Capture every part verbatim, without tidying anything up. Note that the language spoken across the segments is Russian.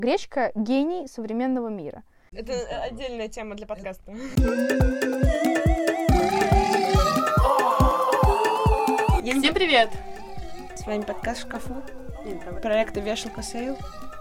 Гречка — гений современного мира. Это отдельная тема для подкаста. Всем привет! С вами подкаст «В шкафу», проекта «Вешалка Сейл».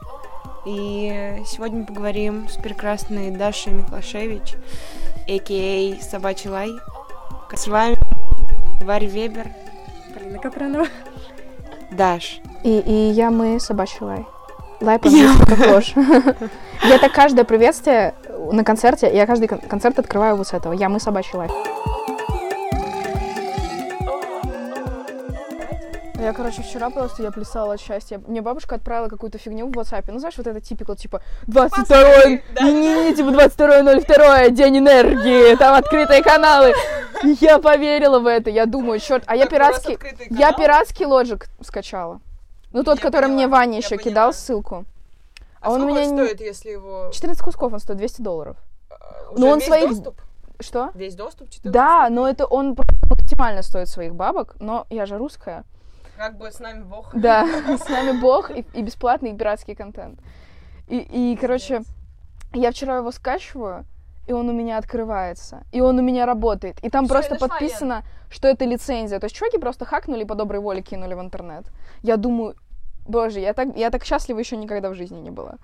И сегодня мы поговорим с прекрасной Дашей Миклашевич, а.к.а. Собачий лай. С вами Варя Вебер, Полина Капранова. Даш. И, и я, мы, Собачий лай. Лай по-английски похож. Я так каждое приветствие на концерте, я каждый концерт открываю вот с этого. Я, мы, Собачий лай. Я, короче, вчера просто я плясала от счастья. Мне бабушка отправила какую-то фигню в WhatsApp. Ну, знаешь, вот это типикал, типа, двадцать второе, не-не-не, типа, двадцать второе ноль второе, день энергии, там открытые каналы. И я поверила в это, я думаю, черт, а я пиратский, я пиратский Logic скачала. Ну, тот, который мне Ваня еще кидал ссылку. А он у меня стоит, если его... четырнадцать кусков, он стоит двести долларов. Но он своих... Что? Весь доступ? Да, но это он максимально стоит своих бабок, но я же русская. Как бы с нами Бог. Да, с нами Бог и, и бесплатный пиратский контент. И, и, короче, yes. я вчера его скачиваю, и он у меня открывается, и он у меня работает. И там Всё, просто подписано, я. что это лицензия. То есть чуваки просто хакнули, по доброй воле кинули в интернет. Я думаю, боже, я так, я так счастлива еще никогда в жизни не была.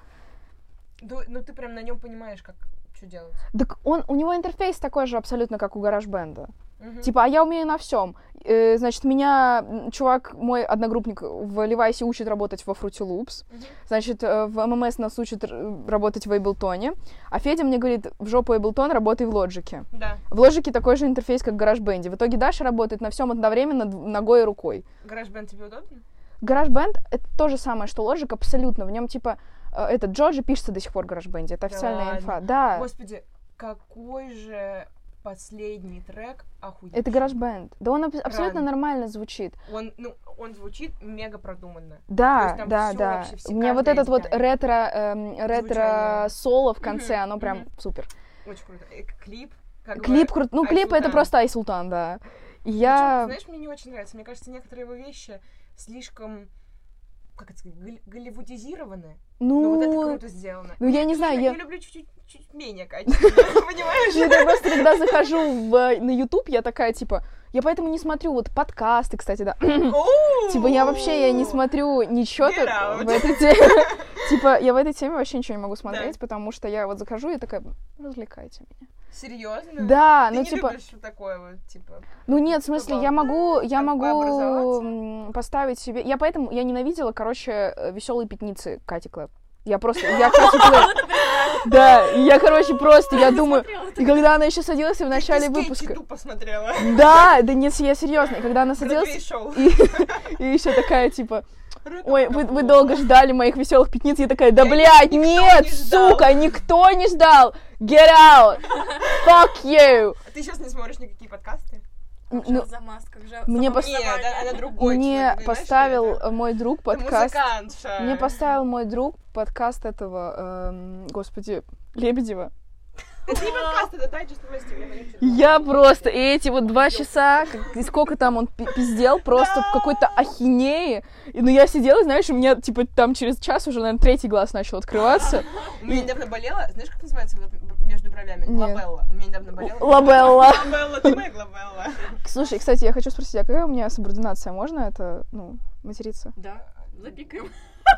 Ну, ну ты прям на нем понимаешь, как что делать. Так он, у него интерфейс такой же абсолютно, как у GarageBand. Uh-huh. Типа, а я умею на всем. Э, значит, меня чувак, мой одногруппник в Levi's учит работать во Fruity Loops. Uh-huh. Значит, в эм эм эс нас учат работать в Ableton. А Федя мне говорит, в жопу Ableton, работай в Logic. Да. В Logic такой же интерфейс, как в GarageBand. В итоге Даша работает на всем одновременно, ногой и рукой. GarageBand тебе удобно? GarageBand — это то же самое, что Logic, абсолютно. В нем, типа, этот Джорджи пишется до сих пор в GarageBand. Это официальная да инфа. Да. Господи, какой же... Последний трек охуенный. Это GarageBand. Да он аб- абсолютно нормально звучит. Он, ну, он звучит мега продуманно. Да, да, да. Вообще, все, мне вот этот вот ретро, эм, ретро-соло в конце, mm-hmm. оно прям mm-hmm. супер. Очень круто. И клип. Как клип круто. Ну, клип это просто Айсултан, да. И я... Причем, знаешь, мне не очень нравится. Мне кажется, некоторые его вещи слишком... как это сказать, гол- голливудизированы. Ну, ну, вот это круто сделано. Ну, я не я, знаю, я... я... Я люблю чуть-чуть чуть менее качественно, понимаешь? Я просто, когда захожу в, на YouTube, я такая, типа... Я поэтому не смотрю вот подкасты, кстати, да. Типа, я вообще, я не смотрю ничего в этой теме. Типа, я в этой теме вообще ничего не могу смотреть, потому что я вот захожу и такая, развлекайте меня. Серьезно? Да, ну, типа... Ты не любишь такое вот, типа... Ну, нет, в смысле, я могу, я могу поставить себе... Я поэтому, я ненавидела, короче, «Веселые пятницы» Кати Клэп. Я просто, я, короче, да, я, короче, просто, я думаю, и когда она еще садилась в начале выпуска... Ты посмотрела. Да, да нет, я серьезно, и когда она садилась... И, и еще такая, типа... Ой, вы, вы долго ждали моих веселых пятниц. Я такая, да, блядь, нет, не сука, никто не ждал. Get out. Fuck you. Ты сейчас не смотришь никакие подкасты? Ну, за масках, мне пос... Нет, она другой Мне человек, поставил мой друг подкаст. Музыкантша. Мне поставил мой друг подкаст этого, эм, господи, Лебедева. Это не подкаст, это дайджест новостей. Я просто, и эти вот два часа, и сколько там он пиздел, просто в какой-то ахинее. И, ну, я сидела, знаешь, у меня, типа, там через час уже, наверное, третий глаз начал открываться. У меня недавно болела, знаешь, как называется вот между бровями? Лабелла. У меня недавно болела. Лабелла. Лабелла, ты моя лабелла. Слушай, кстати, я хочу спросить, а какая у меня субординация? Можно это, ну, материться? Да, запикаем.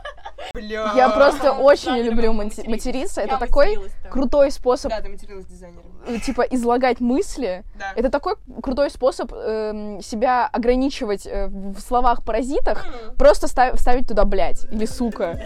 Бля. Я просто очень не люблю мати- материться. Это такой крутой способ, да, ты материлась дизайнером. типа, излагать мысли. Да. Это такой крутой способ э, себя ограничивать э, в словах-паразитах, mm. просто став- ставить туда блядь или сука.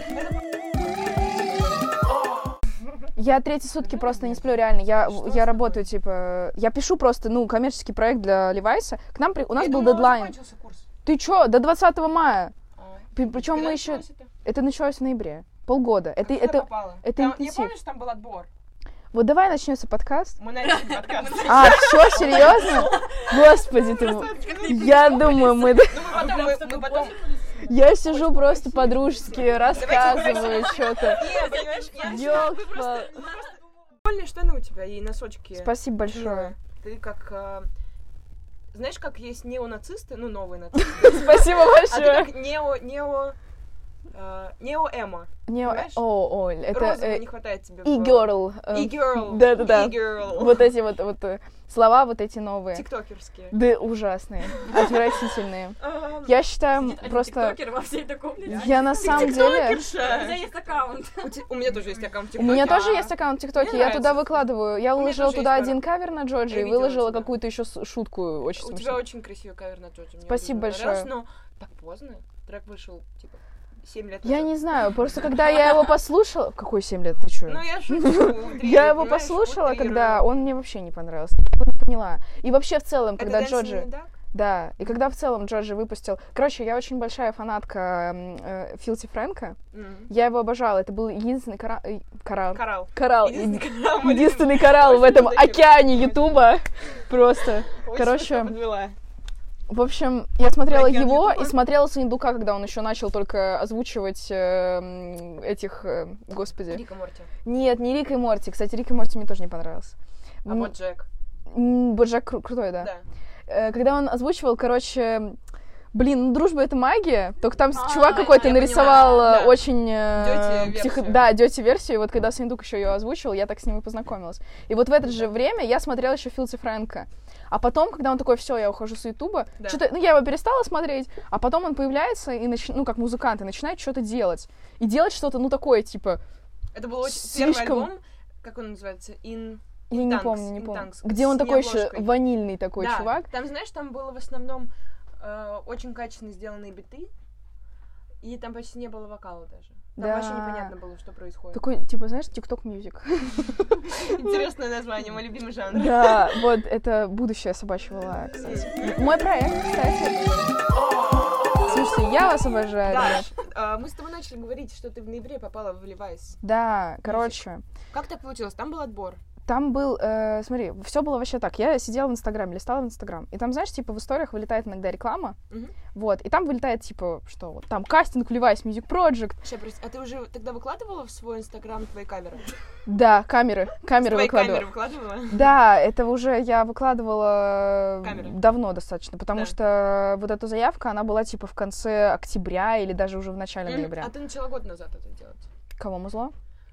Я третьи сутки просто не сплю, реально. Я, я работаю, типа... Я пишу просто, ну, коммерческий проект для Levi's. К нам при... У нас я был думала, дедлайн. Курс. Ты чё? До двадцатого мая. Причем мы еще... Это? это началось в ноябре. Полгода. Как это это, это там, интенсив. Я помню, что там был отбор. Вот давай начнется подкаст. Мы начнем подкаст. А, все, серьезно? Господи ты. Я думаю, мы... Мы потом... Я сижу просто по-дружески, рассказываю что-то. Не, понимаешь, я... Прикольные штаны у тебя и носочки. Спасибо большое. Ты как... Знаешь, как есть неонацисты, ну, новые нацисты. Спасибо большое. А ты как нео... нео... Нео-эмо. Не, Понимаешь? о, о, это Розового э, не хватает тебе. в- e-girl. э, E-girl. Да-да-да. E-girl. Вот эти вот, вот э, слова, вот эти новые. Тиктокерские. Да, ужасные, отвратительные. Ага. Я считаю, Сидит один просто... тиктокер во всей этой комнате. Я на самом деле... У меня Тиктокерша. есть аккаунт. У те- У меня тоже есть аккаунт в У меня ТикТоке. тоже есть аккаунт в ТикТоке, Мне я нравится. туда выкладываю. Я У меня выложила тоже туда есть один кавер на Джорджи Я и видела выложила тебя. какую-то еще шутку очень У тебя смешную. очень красивый кавер на Джорджи. мне Спасибо очень понравился, большое. Но так поздно. Трек вышел, типа, семь лет Я назад. не знаю, просто когда я его послушала... Какой семь лет, ты чё? Ну, я шучу. утрирую, Я его понимаешь, послушала, утрирую. когда он мне вообще не понравился. Я его не поняла. И вообще в целом, Это когда Dancing Джорджи... in the Dark? Да, и когда в целом Джорджи выпустил... Короче, я очень большая фанатка э, Филти Фрэнка. Мгм. Я его обожала. Это был единственный кора... э, коралл. Коралл. Коралл. Единственный Еди- коралл, мы Единственный коралл в Очень этом таким. океане Ютуба. Просто. Очень Короче, смешно подвела. В общем, я смотрела Океан его Ютуба. и смотрела Сындука, когда он еще начал только озвучивать э, м, этих... э, господи. Рика Морти. Нет, не Рик и Морти. Кстати, Рик и Морти мне тоже не понравился. А М, вот Джек. м, Боджек кру- крутой, да. Да. Э, Когда он озвучивал, короче... Блин, ну дружба — это магия. Только там А, чувак какой-то я нарисовал поняла, э, да. очень... э, Дёти-версию. психо- Да, дёти-версию. И вот когда Сындук еще ее озвучивал, я так с ним и познакомилась. И вот в это же время я смотрела еще Филти Фрэнка. А потом, когда он такой, все, я ухожу с Ютуба, Да. что-то, ну, я его перестала смотреть, а потом он появляется и, нач... ну, как музыкант, и начинает что-то делать. И делать что-то, ну, такое, типа, Это был очень Слишком- первый альбом, как он называется, In... я не Tanks, помню, не In помню. Tanks, Где он с такой еще необложкой. ванильный такой Да, чувак. там, знаешь, там было в основном э, очень качественно сделанные биты, и там почти не было вокала даже. Там Да. вообще непонятно было, что происходит. Такой, типа, знаешь, TikTok Music. Интересное название, мой любимый жанр. Да, вот, это будущее собачьего лая, кстати. Мой проект, кстати. Слушайте, я вас обожаю, ребят. Даш, а, мы с тобой начали говорить, что ты в ноябре попала в Levi's. Да, короче, Как так получилось? Там был отбор. там был, э, смотри, все было вообще так. Я сидела в Инстаграме, листала в Инстаграм, и там, знаешь, типа в историях вылетает иногда реклама, Мгм. вот, и там вылетает, типа, что вот, там кастинг в Levi's Music Project, Ща, прости, а ты уже тогда выкладывала в свой Инстаграм твои камеры? да, камеры, камеры Твои выкладывала. камеры выкладывала? Да, это уже я выкладывала Камеры. давно достаточно, потому Да. что вот эта заявка, она была типа в конце октября или даже уже в начале Мгм. ноября. А ты начала год назад это делать? Кого музло?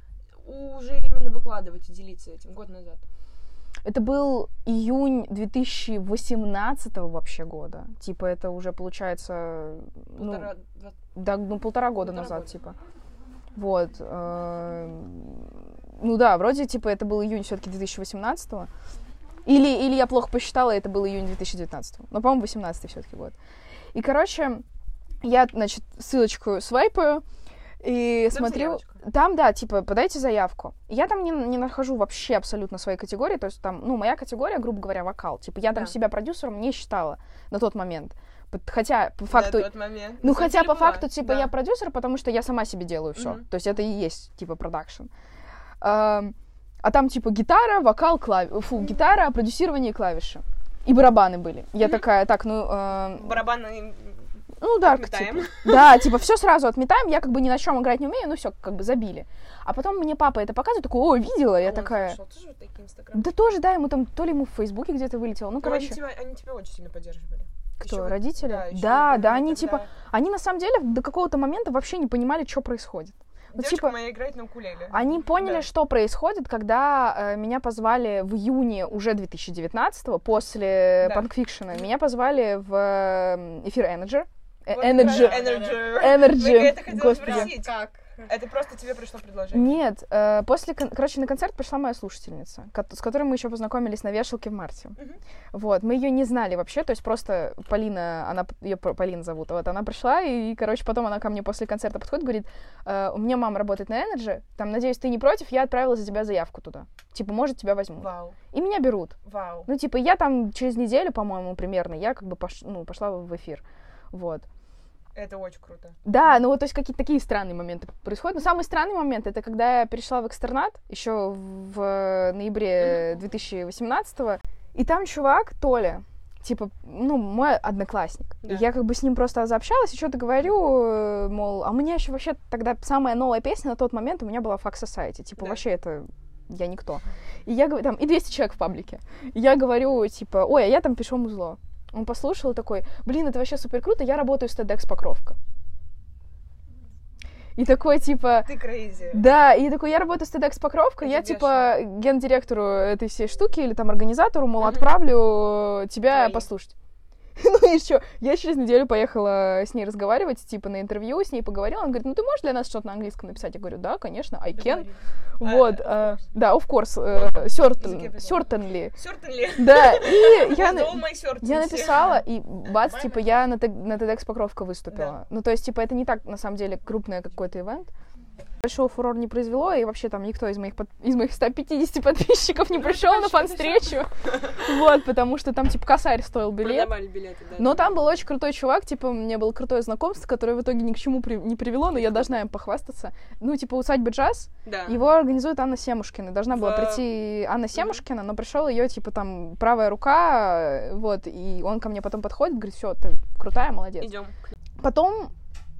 Уже именно выкладывать и делиться этим год назад. Это был июнь две тысячи восемнадцатого вообще года. Типа это уже получается, ну, Полтора, два- да, ну, полтора года полтора назад, года. типа. Вот. э, Ну да, вроде, типа, это был июнь все-таки две тысячи восемнадцатого. Или, или я плохо посчитала, это был июнь две тысячи девятнадцатого. Но, по-моему, восемнадцатый все-таки год. И, короче, я, значит, ссылочку свайпаю и Там смотрю... заявочка. Там, да, типа, подайте заявку. Я там не, не нахожу вообще абсолютно своей категории, то есть там, ну, моя категория, грубо говоря, вокал. Типа, я там Да. себя продюсером не считала на тот момент. Пот- Хотя, по факту... На тот момент. Ну, На самом хотя деле по была. факту, типа, Да. я продюсер, потому что я сама себе делаю все. Мгм. То есть это и есть, типа, продакшн. Ам, А там, типа, гитара, вокал, клавиши. Фу, гитара, продюсирование и клавиши. И барабаны были. Я Мгм. такая, так, ну... ам, Барабаны ну да, отметаем. типа, да, типа, все сразу отметаем, я как бы ни на чем играть не умею, ну все, как бы забили. А потом мне папа это показывает, такой, о, видела, я А он такая... слушал тоже такие инстаграмы? Да тоже, да, ему там, то ли ему в Фейсбуке где-то вылетело, ну, Ну, короче... Они тебя, они тебя очень сильно поддерживали. Кто, Ещё вот- родители? Да, ещё Да, я да, помню, они, когда типа, они на самом деле до какого-то момента вообще не понимали, что происходит. Ну, Девочка типа, моя играет на укулеле. они поняли, Да. что происходит, когда э, меня позвали в июне уже две тысячи девятнадцатого, после Да. Панкфикшена, меня позвали в э, эфир Energy. Э, Вот Energy. как раз Energy. Energy. Я это хотела Господи. спросить. Как? Это просто тебе пришло предложение. Нет, э, после, кон- короче, на концерт пришла моя слушательница, ко- с которой мы еще познакомились на вешалке в марте. Мгм. Вот, мы ее не знали вообще, то есть просто Полина, она, ее Полина зовут, вот, она пришла, и, короче, потом она ко мне после концерта подходит, говорит, «Э, у меня мама работает на Energy, там, надеюсь, ты не против, я отправила за тебя заявку туда. Типа, может, тебя возьмут. Вау. И меня берут. Вау. Ну, типа, я там через неделю, по-моему, примерно, я как бы пош- ну, пошла в эфир. Вот. Это очень круто. Да, ну вот, то есть какие-то такие странные моменты происходят. Но самый странный момент — это когда я перешла в экстернат еще в ноябре две тысячи восемнадцатого, и там чувак, Толя, типа, ну, мой одноклассник. Да. И я как бы с ним просто заобщалась, и что-то говорю, э, мол, а у меня еще вообще тогда самая новая песня на тот момент у меня была Fuck Society. Типа, Да. вообще это... Я никто. И я говорю, там, и двести человек в паблике. И я говорю, типа, ой, а я там пишу музло. Он послушал и такой, блин, это вообще супер круто, я работаю с TEDx Покровка. И такой, типа... Ты crazy. Да, и такой, я работаю с TEDx Покровка, я, типа, гендиректору этой всей штуки или там организатору, мол, отправлю тебя Твои. послушать. Ну и что? Я через неделю поехала с ней разговаривать, типа, на интервью, с ней поговорила. Она говорит, ну ты можешь для нас что-то на английском написать? Я говорю, да, конечно, I can. Вот, А, э, да, of course, э, certain- certainly. Certainly. Да, и я, на- All my certainty. я написала, и бац, типа, я на, Т- на TEDx Покровка выступила. Ну, то есть, типа, это не так, на самом деле, крупный какой-то ивент. Большого фурора не произвело, и вообще там никто из моих, под... из моих ста пятидесяти подписчиков не пришел на фан-встречу. Вот, потому что там, типа, косарь стоил билет. Продавали билеты, да. Но там был очень крутой чувак, типа, у меня было крутое знакомство, которое в итоге ни к чему при... не привело, но я должна им похвастаться. Ну, типа, усадьба «Джаз», Да. его организует Анна Семушкина. Должна была В- прийти Анна Семушкина, но пришел ее, типа, там, правая рука, вот, и он ко мне потом подходит, говорит, все, ты крутая, молодец. Идем. Потом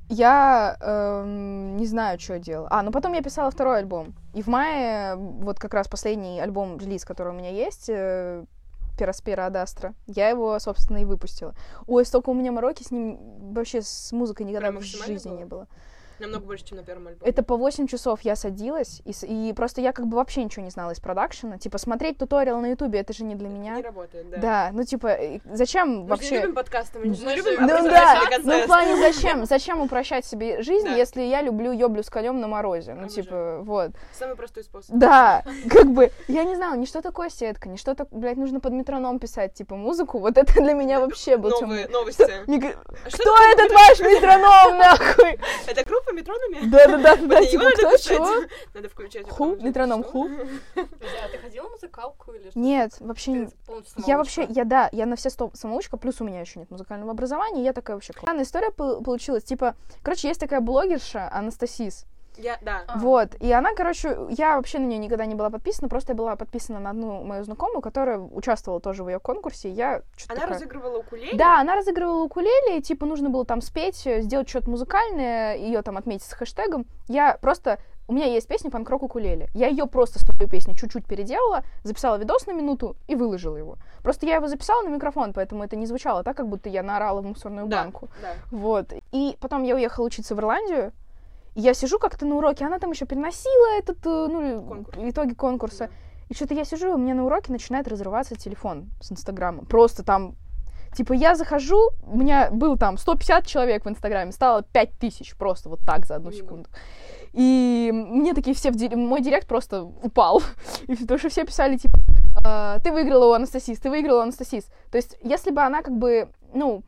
я эм, не знаю, что я делала. А, ну потом я писала второй альбом. И в мае, вот как раз последний альбом-релиз, который у меня есть, э, Пераспера Адастра, я его, собственно, и выпустила. Ой, столько у меня мороки с ним, вообще с музыкой никогда Прям в максимально жизни было? не было. Намного больше, чем на первом альбоме. Это по восемь часов я садилась, и, с- и просто я как бы вообще ничего не знала из продакшена. Типа, смотреть туториал на ютубе, это же не для меня. Не работает, да. Да, ну типа, э, зачем Мы вообще... же не любим подкасты, мы же не Мы любим же- Ну да, образовательный ну в контент. плане зачем? Зачем упрощать себе жизнь, Да. если я люблю ёблю с колем на морозе? Ну Обожаю. типа, вот. Самый простой способ. Да, как бы, я не знала, ни что такое сетка, ни что так, блядь, нужно под метроном писать, типа, музыку. Вот это для меня вообще был Новые тёмный- новости. Не г- А что Кто этот ваш метроном, нахуй? Это группа метронами? Да-да-да, Блин, типа, его надо кто, включать. чего? Надо включать. а Ху? потом уже Метроном что? ху? Да, ты ходила в музыкалку или что? Нет, вообще не... Ты полностью Я самоучка? вообще, я да, я на все сто самоучка, плюс у меня еще нет музыкального образования, я такая вообще... Странная история пол- получилась, типа, короче, есть такая блогерша Анастасис, Я, да. А. вот, и она, короче, я вообще на нее никогда не была подписана, просто я была подписана на одну мою знакомую, которая участвовала тоже в ее конкурсе, и я что-то Она такая... разыгрывала укулеле? Да, она разыгрывала укулеле, и, типа, нужно было там спеть, э, сделать что-то музыкальное, ее там отметить с хэштегом. Я просто... У меня есть песня «Панк-рок укулеле». Я ее просто с твою песню чуть-чуть переделала, записала видос на минуту и выложила его. Просто я его записала на микрофон, поэтому это не звучало так, как будто я наорала в мусорную Да, банку. да. Вот. И потом я уехала учиться в Ирландию, и я сижу как-то на уроке, она там еще переносила этот, э, ну, Конкурс. итоги конкурса. Да. И что-то я сижу, и у меня на уроке начинает разрываться телефон с Инстаграма. Просто там, типа, я захожу, у меня был там сто пятьдесят человек в Инстаграме, стало пять тысяч просто вот так за одну Ого. секунду. И мне такие все, в ди- мой директ просто упал. И потому что все писали, типа, «А, ты выиграла у Анастасис, ты выиграла у Анастасис. То есть, если бы она как бы, ну,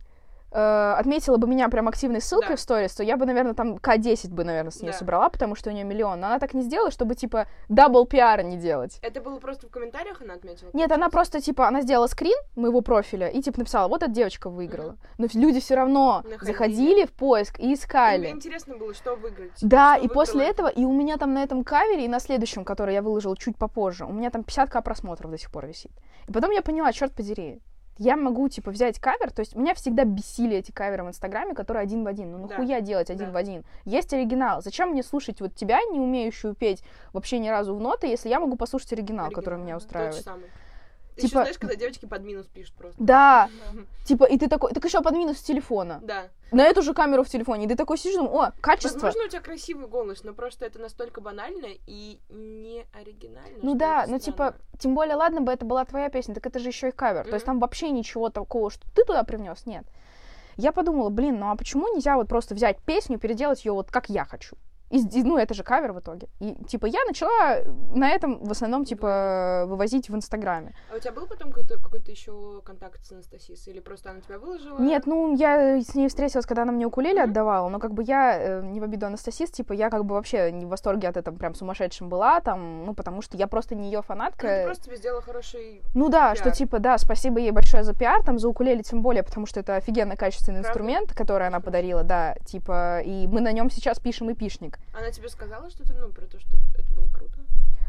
э, отметила бы меня прям активной ссылкой Да. в сторис, то я бы, наверное, там ка десять бы, наверное, с ней Да. собрала, потому что у нее миллион. Но она так не сделала, чтобы, типа, дабл пиара не делать. Это было просто в комментариях она отметила? Нет, она просто, типа, она сделала скрин моего профиля и, типа, написала, вот эта девочка выиграла. Но люди все равно Находили. заходили в поиск и Мне искали. интересно было, что выиграть. Да, Что и после выиграла. этого, и у меня там на этом кавере, и на следующем, который я выложила чуть попозже, у меня там пятьдесят тысяч просмотров до сих пор висит. И потом я поняла, черт подери, я могу, типа, взять кавер, то есть меня всегда бесили эти каверы в Инстаграме, которые один в один. Ну, Да. нахуя делать один Да. в один? Есть оригинал. Зачем мне слушать вот тебя, не умеющую петь вообще ни разу в ноты, если я могу послушать оригинал, Оригинал, который меня да. Тот же устраивает? самый. Типа- Еще знаешь, когда девочки под минус пишут просто. Да, типа, и ты такой, так еще под минус с телефона. Да. На эту же камеру в телефоне. И ты такой сидишь, думаешь, о, качество. Возможно, у тебя красивый голос, но просто это настолько банально и не оригинально. Ну что да, это ну странно. типа, тем более, ладно бы это была твоя песня, так это же еще и кавер. То есть Мгм. там вообще ничего такого, что ты туда привнес, нет. Я подумала, блин, ну а почему нельзя вот просто взять песню, переделать ее вот как я хочу? И, с- и, ну, это же кавер в итоге. И, типа, я начала на этом в основном, типа, вывозить в Инстаграме. А у тебя был потом какой-то, какой-то еще контакт с Анастасией? Или просто она тебя выложила? Нет, ну, я с ней встретилась, когда она мне укулеле Мгм. отдавала, но как бы я, э, не в обиду Анастасис, типа, я как бы вообще не в восторге от этого прям сумасшедшим была, там, ну, потому что я просто не ее Ну, фанатка. ты просто тебе сделала хороший... Ну да, пиар. что типа, да, спасибо ей большое за пиар, там, за укулеле тем более, потому что это офигенно качественный Правда? инструмент, который она подарила, да, типа, и мы на нем сейчас пишем эпишник. Она тебе сказала что-то, ну, про то, что это было круто?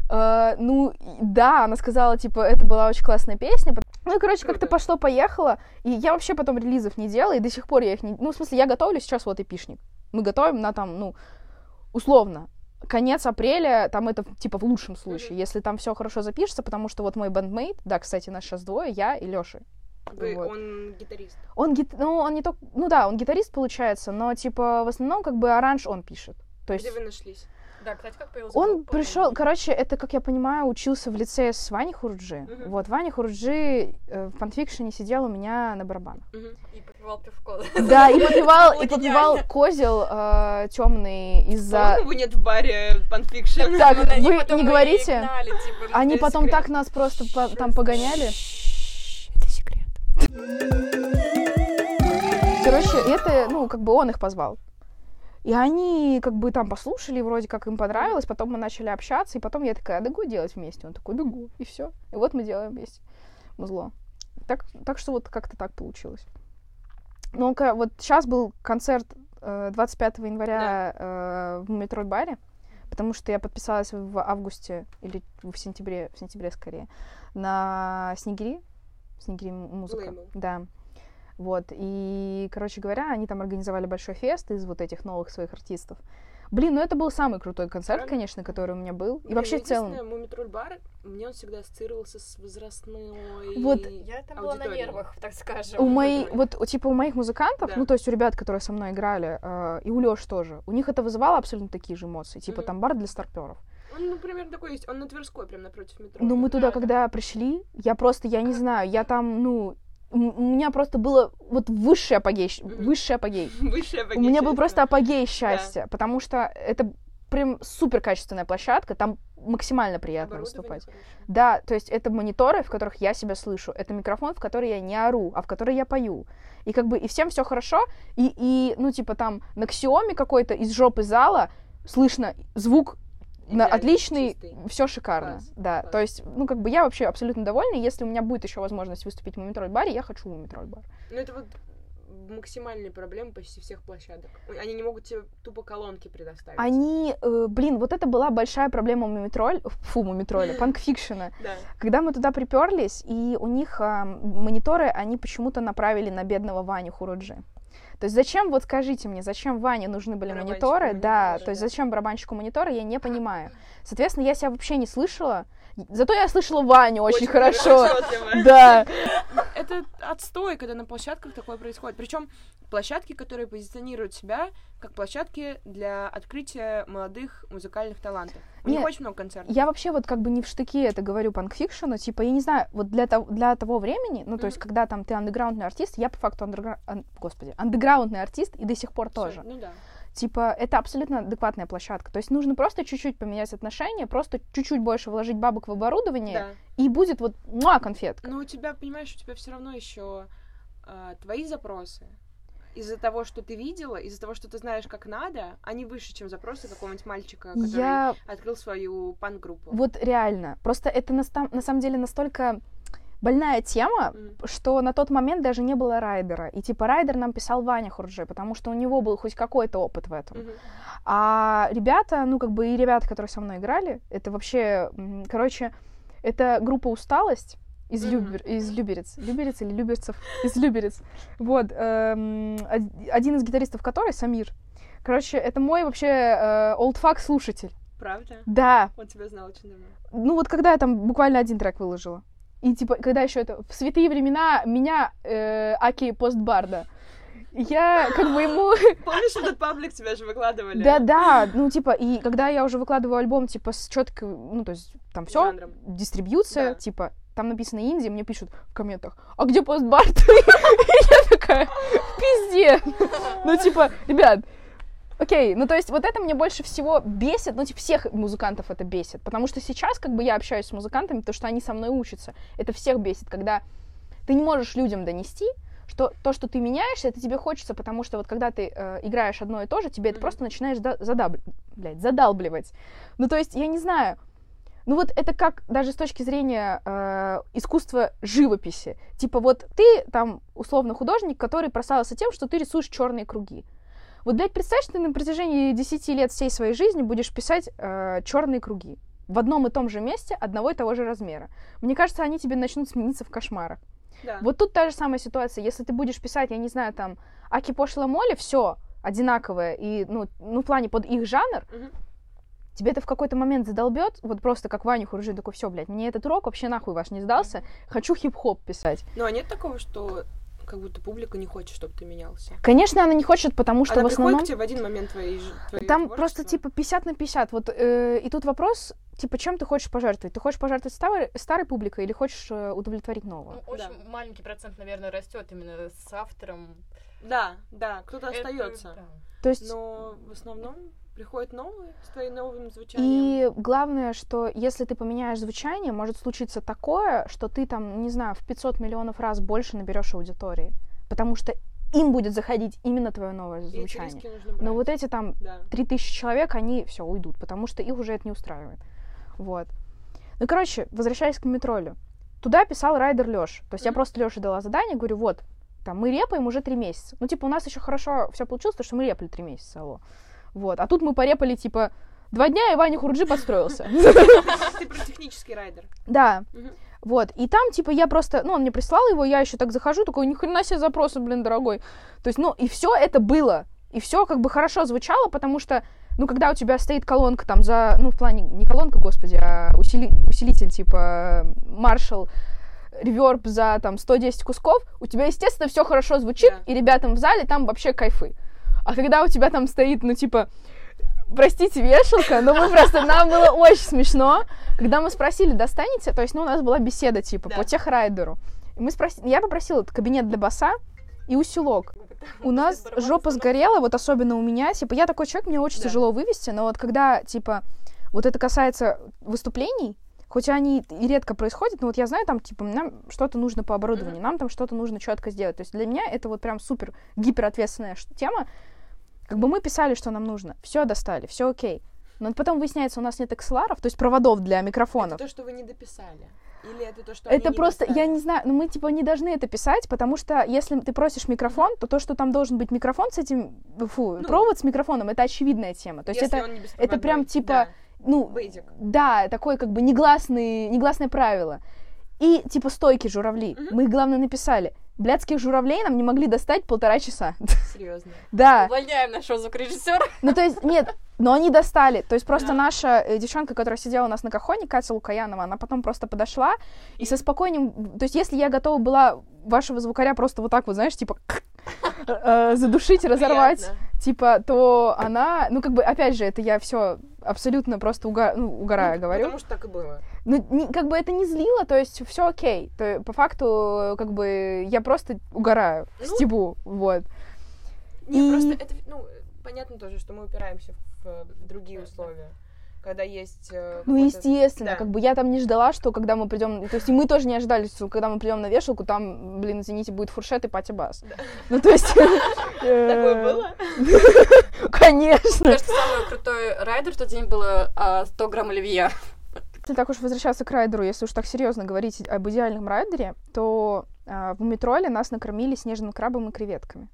Э, ну, и- да, она сказала, типа, это была очень классная песня. пот- Ну, и, короче, как-то Круто. пошло-поехало, и я вообще потом релизов не делала, и до сих пор я их не... Ну, в смысле, я готовлю сейчас вот эпишник. Мы готовим на там, ну, условно, конец апреля, там это, типа, в лучшем случае, Мгм. если там все хорошо запишется, потому что вот мой бэндмейт, да, кстати, нас сейчас двое, я и Лёша. Вы, Вот. Он гитарист. Он гит... ну, он не только, ну да, он гитарист, получается, но, типа, в основном, как бы, аранж он пишет. То есть... Где вы нашлись? Да, кстати, как появился Он группа, пришел, и- короче, это, как я понимаю, учился в лицее с Ваней Хуруджи. Мгм. Вот, Ваня Хуруджи э, в панфикшене сидел у меня на барабанах. Мгм. И попивал пивко. Да, и попивал, Было и попивал гениально. козел э, темный из-за... По-моему, нет в баре панфикшн. Так, Вот они вы потом не и говорите? гнали, типа, Они это потом секрет. так нас просто по- там погоняли. Это секрет. Короче, это, ну, как бы он их позвал. И они как бы там послушали, вроде как им понравилось, потом мы начали общаться, и потом я такая, да го делать вместе. Он такой, бегу, и все. И вот мы делаем вместе музло. Так, так что вот как-то так получилось. Ну, ка- вот сейчас был концерт э, двадцать пятого января э, в Метро-баре, потому что я подписалась в августе, или в сентябре, в сентябре скорее, на Снегири. Снегири музыка. Лейбл. Да. Вот, и, короче говоря, они там организовали большой фест из вот этих новых своих артистов. Блин, ну это был самый крутой концерт, Правда? конечно, который у меня был. И Блин, вообще ну, в целом. единственное, Мумий Тролль бар, мне он всегда ассоциировался с возрастной Вот. Я там была на аудиторией. нервах, так скажем. У моих, вот, типа, у моих музыкантов, Да. ну, то есть у ребят, которые со мной играли, э, и у Лёш тоже, у них это вызывало абсолютно такие же эмоции. Типа, Мгм. там бар для старпёров. Он, ну, примерно такой есть. Он на Тверской, прям напротив метро. Но мы туда, Да, да. когда пришли, я просто, я не знаю, я там, ну, м- у меня просто было вот высший апогей, щ- Мгм. высший апогей. Высшее У меня был апогей просто счастья. апогей счастья, потому что это прям супер качественная площадка, там максимально приятно Оборудование выступать. хорошее. Да, то есть это мониторы, в которых я себя слышу, это микрофон, в который я не ору, а в который я пою. И как бы и всем все хорошо, и, и ну типа там на Xiaomi какой-то из жопы зала слышно звук на, Идеально, отличный, чистый. все шикарно. Класс, Да, класс. то есть, ну как бы я вообще абсолютно довольна, и если у меня будет еще возможность выступить в Мумитроль-баре, я хочу в Мумитроль-бар. Ну, это вот максимальные проблемы почти всех площадок. Они не могут тебе тупо колонки предоставить. Они, э, блин, вот это была большая проблема Мумитроль, фу, Мумитроля, панкфикшена. Да. Когда мы туда приперлись, и у них а, мониторы, они почему-то направили на бедного Ваню Хуруджи. То есть зачем, вот скажите мне, зачем Ване нужны были Барабанщику мониторы? Да, мониторы, то есть да. зачем барабанщику мониторы, я не понимаю. Соответственно, я себя вообще не слышала, зато я слышала Ваню очень, хорошо. отчётливо. Да. Это отстой, когда на площадках такое происходит. Причем площадки, которые позиционируют себя как площадки для открытия молодых музыкальных талантов. У них Нет, очень много концертов. Я вообще вот как бы не в штыки это говорю панкфикшену, типа, я не знаю, вот для, того, для того времени, ну, то есть, Мгм. когда там ты андеграундный артист, я по факту андегра... ан- господи, андеграундный артист и до сих пор Всё, тоже. Ну да. Типа, это абсолютно адекватная площадка. То есть нужно просто чуть-чуть поменять отношения, просто чуть-чуть больше вложить бабок в оборудование, Да. и будет вот муа, конфетка. Но у тебя, понимаешь, у тебя все равно еще твои запросы. Из-за того, что ты видела, из-за того, что ты знаешь, как надо, они выше, чем запросы какого-нибудь мальчика, который Я открыл свою панк-группу. вот реально, просто это на, ста- на самом деле настолько больная тема, Мгм. что на тот момент даже не было райдера. И типа райдер нам писал Ваня Хурджи, потому что у него был хоть какой-то опыт в этом. Мгм. А ребята, ну как бы и ребята, которые со мной играли, это вообще, м, короче, это группа «Усталость» из, Мгм. Любер, из Люберец. Люберец или Люберцев? Из Люберец. Вот. эм, од- один из гитаристов которой, Самир. Короче, это мой вообще олдфак слушатель. Правда? Да. Он тебя знал очень давно. Ну вот когда я там буквально один трек выложила. И типа, когда еще это в святые времена меня э, Аки Постбарда. Я как бы ему... Помнишь, этот паблик тебя же выкладывали? Да-да, ну типа, и когда я уже выкладываю альбом, типа, с четкой, ну то есть там все, Жанром. дистрибьюция, Да. типа, там написано инди, мне пишут в комментах, а где Постбард? И я такая, в пизде. Ну типа, ребят, окей, ну то есть вот это мне больше всего бесит, ну типа всех музыкантов это бесит, потому что сейчас как бы я общаюсь с музыкантами, потому что они со мной учатся, это всех бесит, когда ты не можешь людям донести, что то, что ты меняешься, это тебе хочется, потому что вот когда ты э, играешь одно и то же, тебе это Мгм. просто начинаешь за- задаб- блядь, задалбливать. Ну то есть, я не знаю, ну вот это как даже с точки зрения э, искусства живописи. Типа вот ты там условно художник, который прославился тем, что ты рисуешь черные круги. Вот, блядь, представь, что ты на протяжении десяти лет всей своей жизни будешь писать э, черные круги. В одном и том же месте, одного и того же размера. Мне кажется, они тебе начнут смениться в кошмарах. Да. Вот тут та же самая ситуация. Если ты будешь писать, я не знаю, там, Аки Пошло Молли, все одинаковое, и, ну, ну, в плане под их жанр, Мгм. тебе это в какой-то момент задолбет, вот просто как Ваню Хуржи, такой, все, блядь, мне этот рок вообще нахуй ваш не сдался, хочу хип-хоп писать. Ну, а нет такого, что как будто публика не хочет, чтобы ты менялся. Конечно, она не хочет, потому что она в основном... приходит к тебе в один момент твоей жизни. Там просто, типа, пятьдесят на пятьдесят. Вот, э, и тут вопрос, типа, чем ты хочешь пожертвовать? Ты хочешь пожертвовать старой, старой публикой или хочешь э, удовлетворить новую? Ну, очень Да. маленький процент, наверное, растет именно с автором. Да, да, кто-то Это, остается. да. То есть... Но в основном приходят новые с твоим новым звучанием. И главное, что если ты поменяешь звучание, может случиться такое, что ты там, не знаю, в пятьсот миллионов раз больше наберешь аудитории. Потому что им будет заходить именно твое новое И звучание. эти риски нужно брать. Но вот эти там Да. три тысячи человек, они все уйдут, потому что их уже это не устраивает. Вот. Ну, короче, возвращаясь к Метролю. Туда писал райдер Лёш. То есть я Мгм. просто Лёше дала задание, говорю, вот, там, мы репаем уже три месяца. Ну, типа, у нас еще хорошо все получилось, потому что мы репали три месяца, алло. Вот. А тут мы порепали, типа, два дня, и Ваня Хуруджи подстроился. Ты про технический райдер. Да. Мгм. Вот, и там, типа, я просто, ну, он мне прислал его, я еще так захожу, такой, ни хрена себе запросы, блин, дорогой. То есть, ну, и все это было, и все как бы хорошо звучало, потому что, ну, когда у тебя стоит колонка там за, ну, в плане, не колонка, господи, а усили, усилитель, типа, Marshall, реверб за, там, сто десять кусков, у тебя, естественно, все хорошо звучит, Да. и ребятам в зале там вообще кайфы. А когда у тебя там стоит, ну, типа, простите, вешалка, но мы просто, нам было очень смешно, когда мы спросили, достанете, то есть, ну, у нас была беседа, типа, Да. по техрайдеру. И мы спросили, я попросила кабинет для баса и усилок. У нас жопа сгорела, вот особенно у меня, типа, я такой человек, мне очень Да. тяжело вывести, но вот когда, типа, вот это касается выступлений, хоть они и редко происходят, но вот я знаю, там, типа, нам что-то нужно по оборудованию, нам там что-то нужно четко сделать. То есть для меня это вот прям супер гиперответственная ш- тема. Как бы мы писали, что нам нужно, все достали, все окей. Но потом выясняется, у нас нет экселаров, то есть проводов для микрофонов. Это то, что вы не дописали? Или это то, что Это они не просто, я достали? не знаю, но мы, типа, не должны это писать, потому что если ты просишь микрофон, то то, что там должен быть микрофон с этим, фу, Ну, провод с микрофоном, это очевидная тема. То есть Если это, он не это прям, беспроводной. типа, Да. ну, Basic. да, такое как бы негласный, негласное правило. И, типа, стойки, журавли. Мгм. Мы их, главное, написали. Блядских журавлей нам не могли достать полтора часа. Серьезно. Да. Увольняем нашего звукорежиссера. Ну, то есть, нет, но они достали. То есть просто наша э, девчонка, которая сидела у нас на кахоне, Катя Лукаянова, она потом просто подошла и со спокойным... То есть если я готова была вашего звукаря просто вот так вот, знаешь, типа э, задушить, разорвать, Приятно. типа, то она... Ну, как бы, опять же, это я все абсолютно просто уга- ну, угорая Ну, говорю. Потому что так и было. Ну, не- как бы это не злило, то есть все окей. То, по факту, как бы, я просто угораю, Ну, стебу, вот. Не, И- просто это, ну, понятно тоже, что мы упираемся в, в другие условия. Когда есть... э, Ну, какой-то- естественно, да. как бы я там не ждала, что когда мы придем, то есть и мы тоже не ожидали, что когда мы придем на вешалку, там, блин, извините, будет фуршет и пати-бас. Ну, то есть... Такое было? Конечно. Мне кажется, самый крутой райдер в тот день было а, сто грамм оливье. Если так уж возвращаться к райдеру, если уж так серьезно говорить об идеальном райдере, то а, в метроле нас накормили снежным крабом и креветками.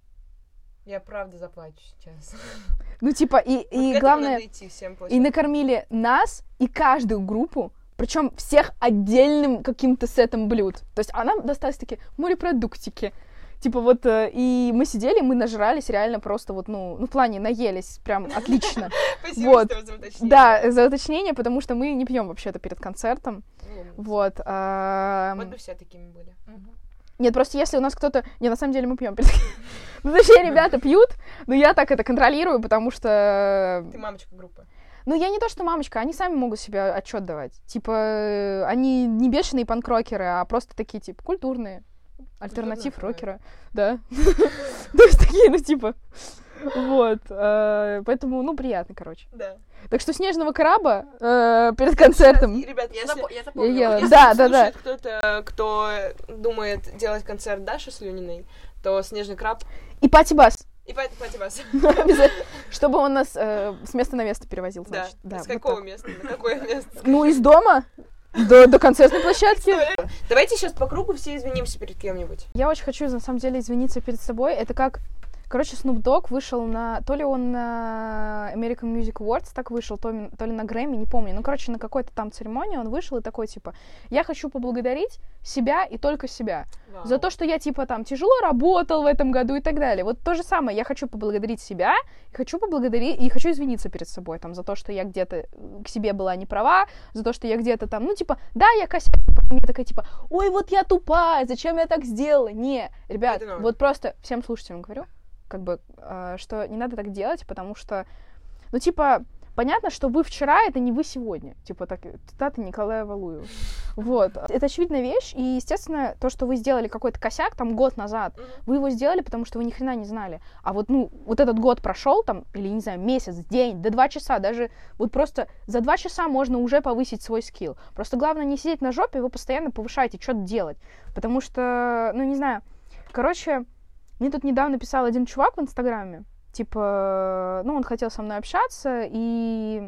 Я правда заплачу сейчас. Ну, типа, и, Вот к и этому главное... надо идти всем И площадкам. накормили нас и каждую группу, причем всех отдельным каким-то сетом блюд. То есть, а нам достались такие морепродуктики. Типа вот, э, и мы сидели, мы нажрались реально просто вот, ну, ну в плане наелись прям отлично. Спасибо, Вот. что за уточнение. Да, за уточнение, потому что мы не пьем вообще-то перед концертом. Ну, Вот. а, Вот бы все такими были. Нет, просто если у нас кто-то... Не, на самом деле мы пьем перед... Ну, точнее, ребята пьют, но я так это контролирую, потому что... Ты мамочка группы. Ну, я не то, что мамочка, они сами могут себе отчет давать. Типа, э, они не бешеные панк-рокеры, а просто такие, типа, культурные. Альтернатив Культурно, рокера. Да. То есть такие, ну, типа... Вот. э, Поэтому, ну, приятно, короче. Да. Так что снежного краба э, перед концертом... Ребят, Я, если... запо- я Я запомнила. ела. Если Да, да, да. слушает кто-то, кто думает делать концерт Даши Слюниной, то Снежный краб И пати-бас. и Пати Пати Бас. Обязательно. Чтобы он нас э, с места на место перевозил, Да. значит. Да, С вот какого так. места? На какое место? Ну, из дома до, до концертной площадки. Давайте сейчас по кругу все извинимся перед кем-нибудь. Я очень хочу, на самом деле, извиниться перед собой. Это как... Короче, Snoop Dogg вышел на... То ли он на American Music Awards так вышел, то, ли- то ли на Грэмми, не помню. Ну, короче, на какой-то там церемонии он вышел и такой, типа, я хочу поблагодарить себя и только себя. Вау. За то, что я, типа, там, тяжело работал в этом году и так далее. Вот то же самое. Я хочу поблагодарить себя, и хочу поблагодарить, и хочу извиниться перед собой, там, за то, что я где-то к себе была не права, за то, что я где-то там, ну, типа, да, я косячила, мне такая, типа, ой, вот я тупая, зачем я так сделала? Не, ребят, вот просто всем слушателям говорю, как бы, э, что не надо так делать, потому что, ну, типа, понятно, что вы вчера, это не вы сегодня. Типа, так, цитата Николая Валуева. Вот. Это очевидная вещь, и, естественно, то, что вы сделали какой-то косяк, там, год назад, mm-hmm. вы его сделали, потому что вы ни хрена не знали. А вот, ну, вот этот год прошел, там, или, не знаю, месяц, день, до два часа, даже вот просто за два часа можно уже повысить свой скилл. Просто главное не сидеть на жопе, его постоянно повышать и что-то делать. Потому что, ну, не знаю, короче, мне тут недавно писал один чувак в Инстаграме, типа, ну, он хотел со мной общаться, и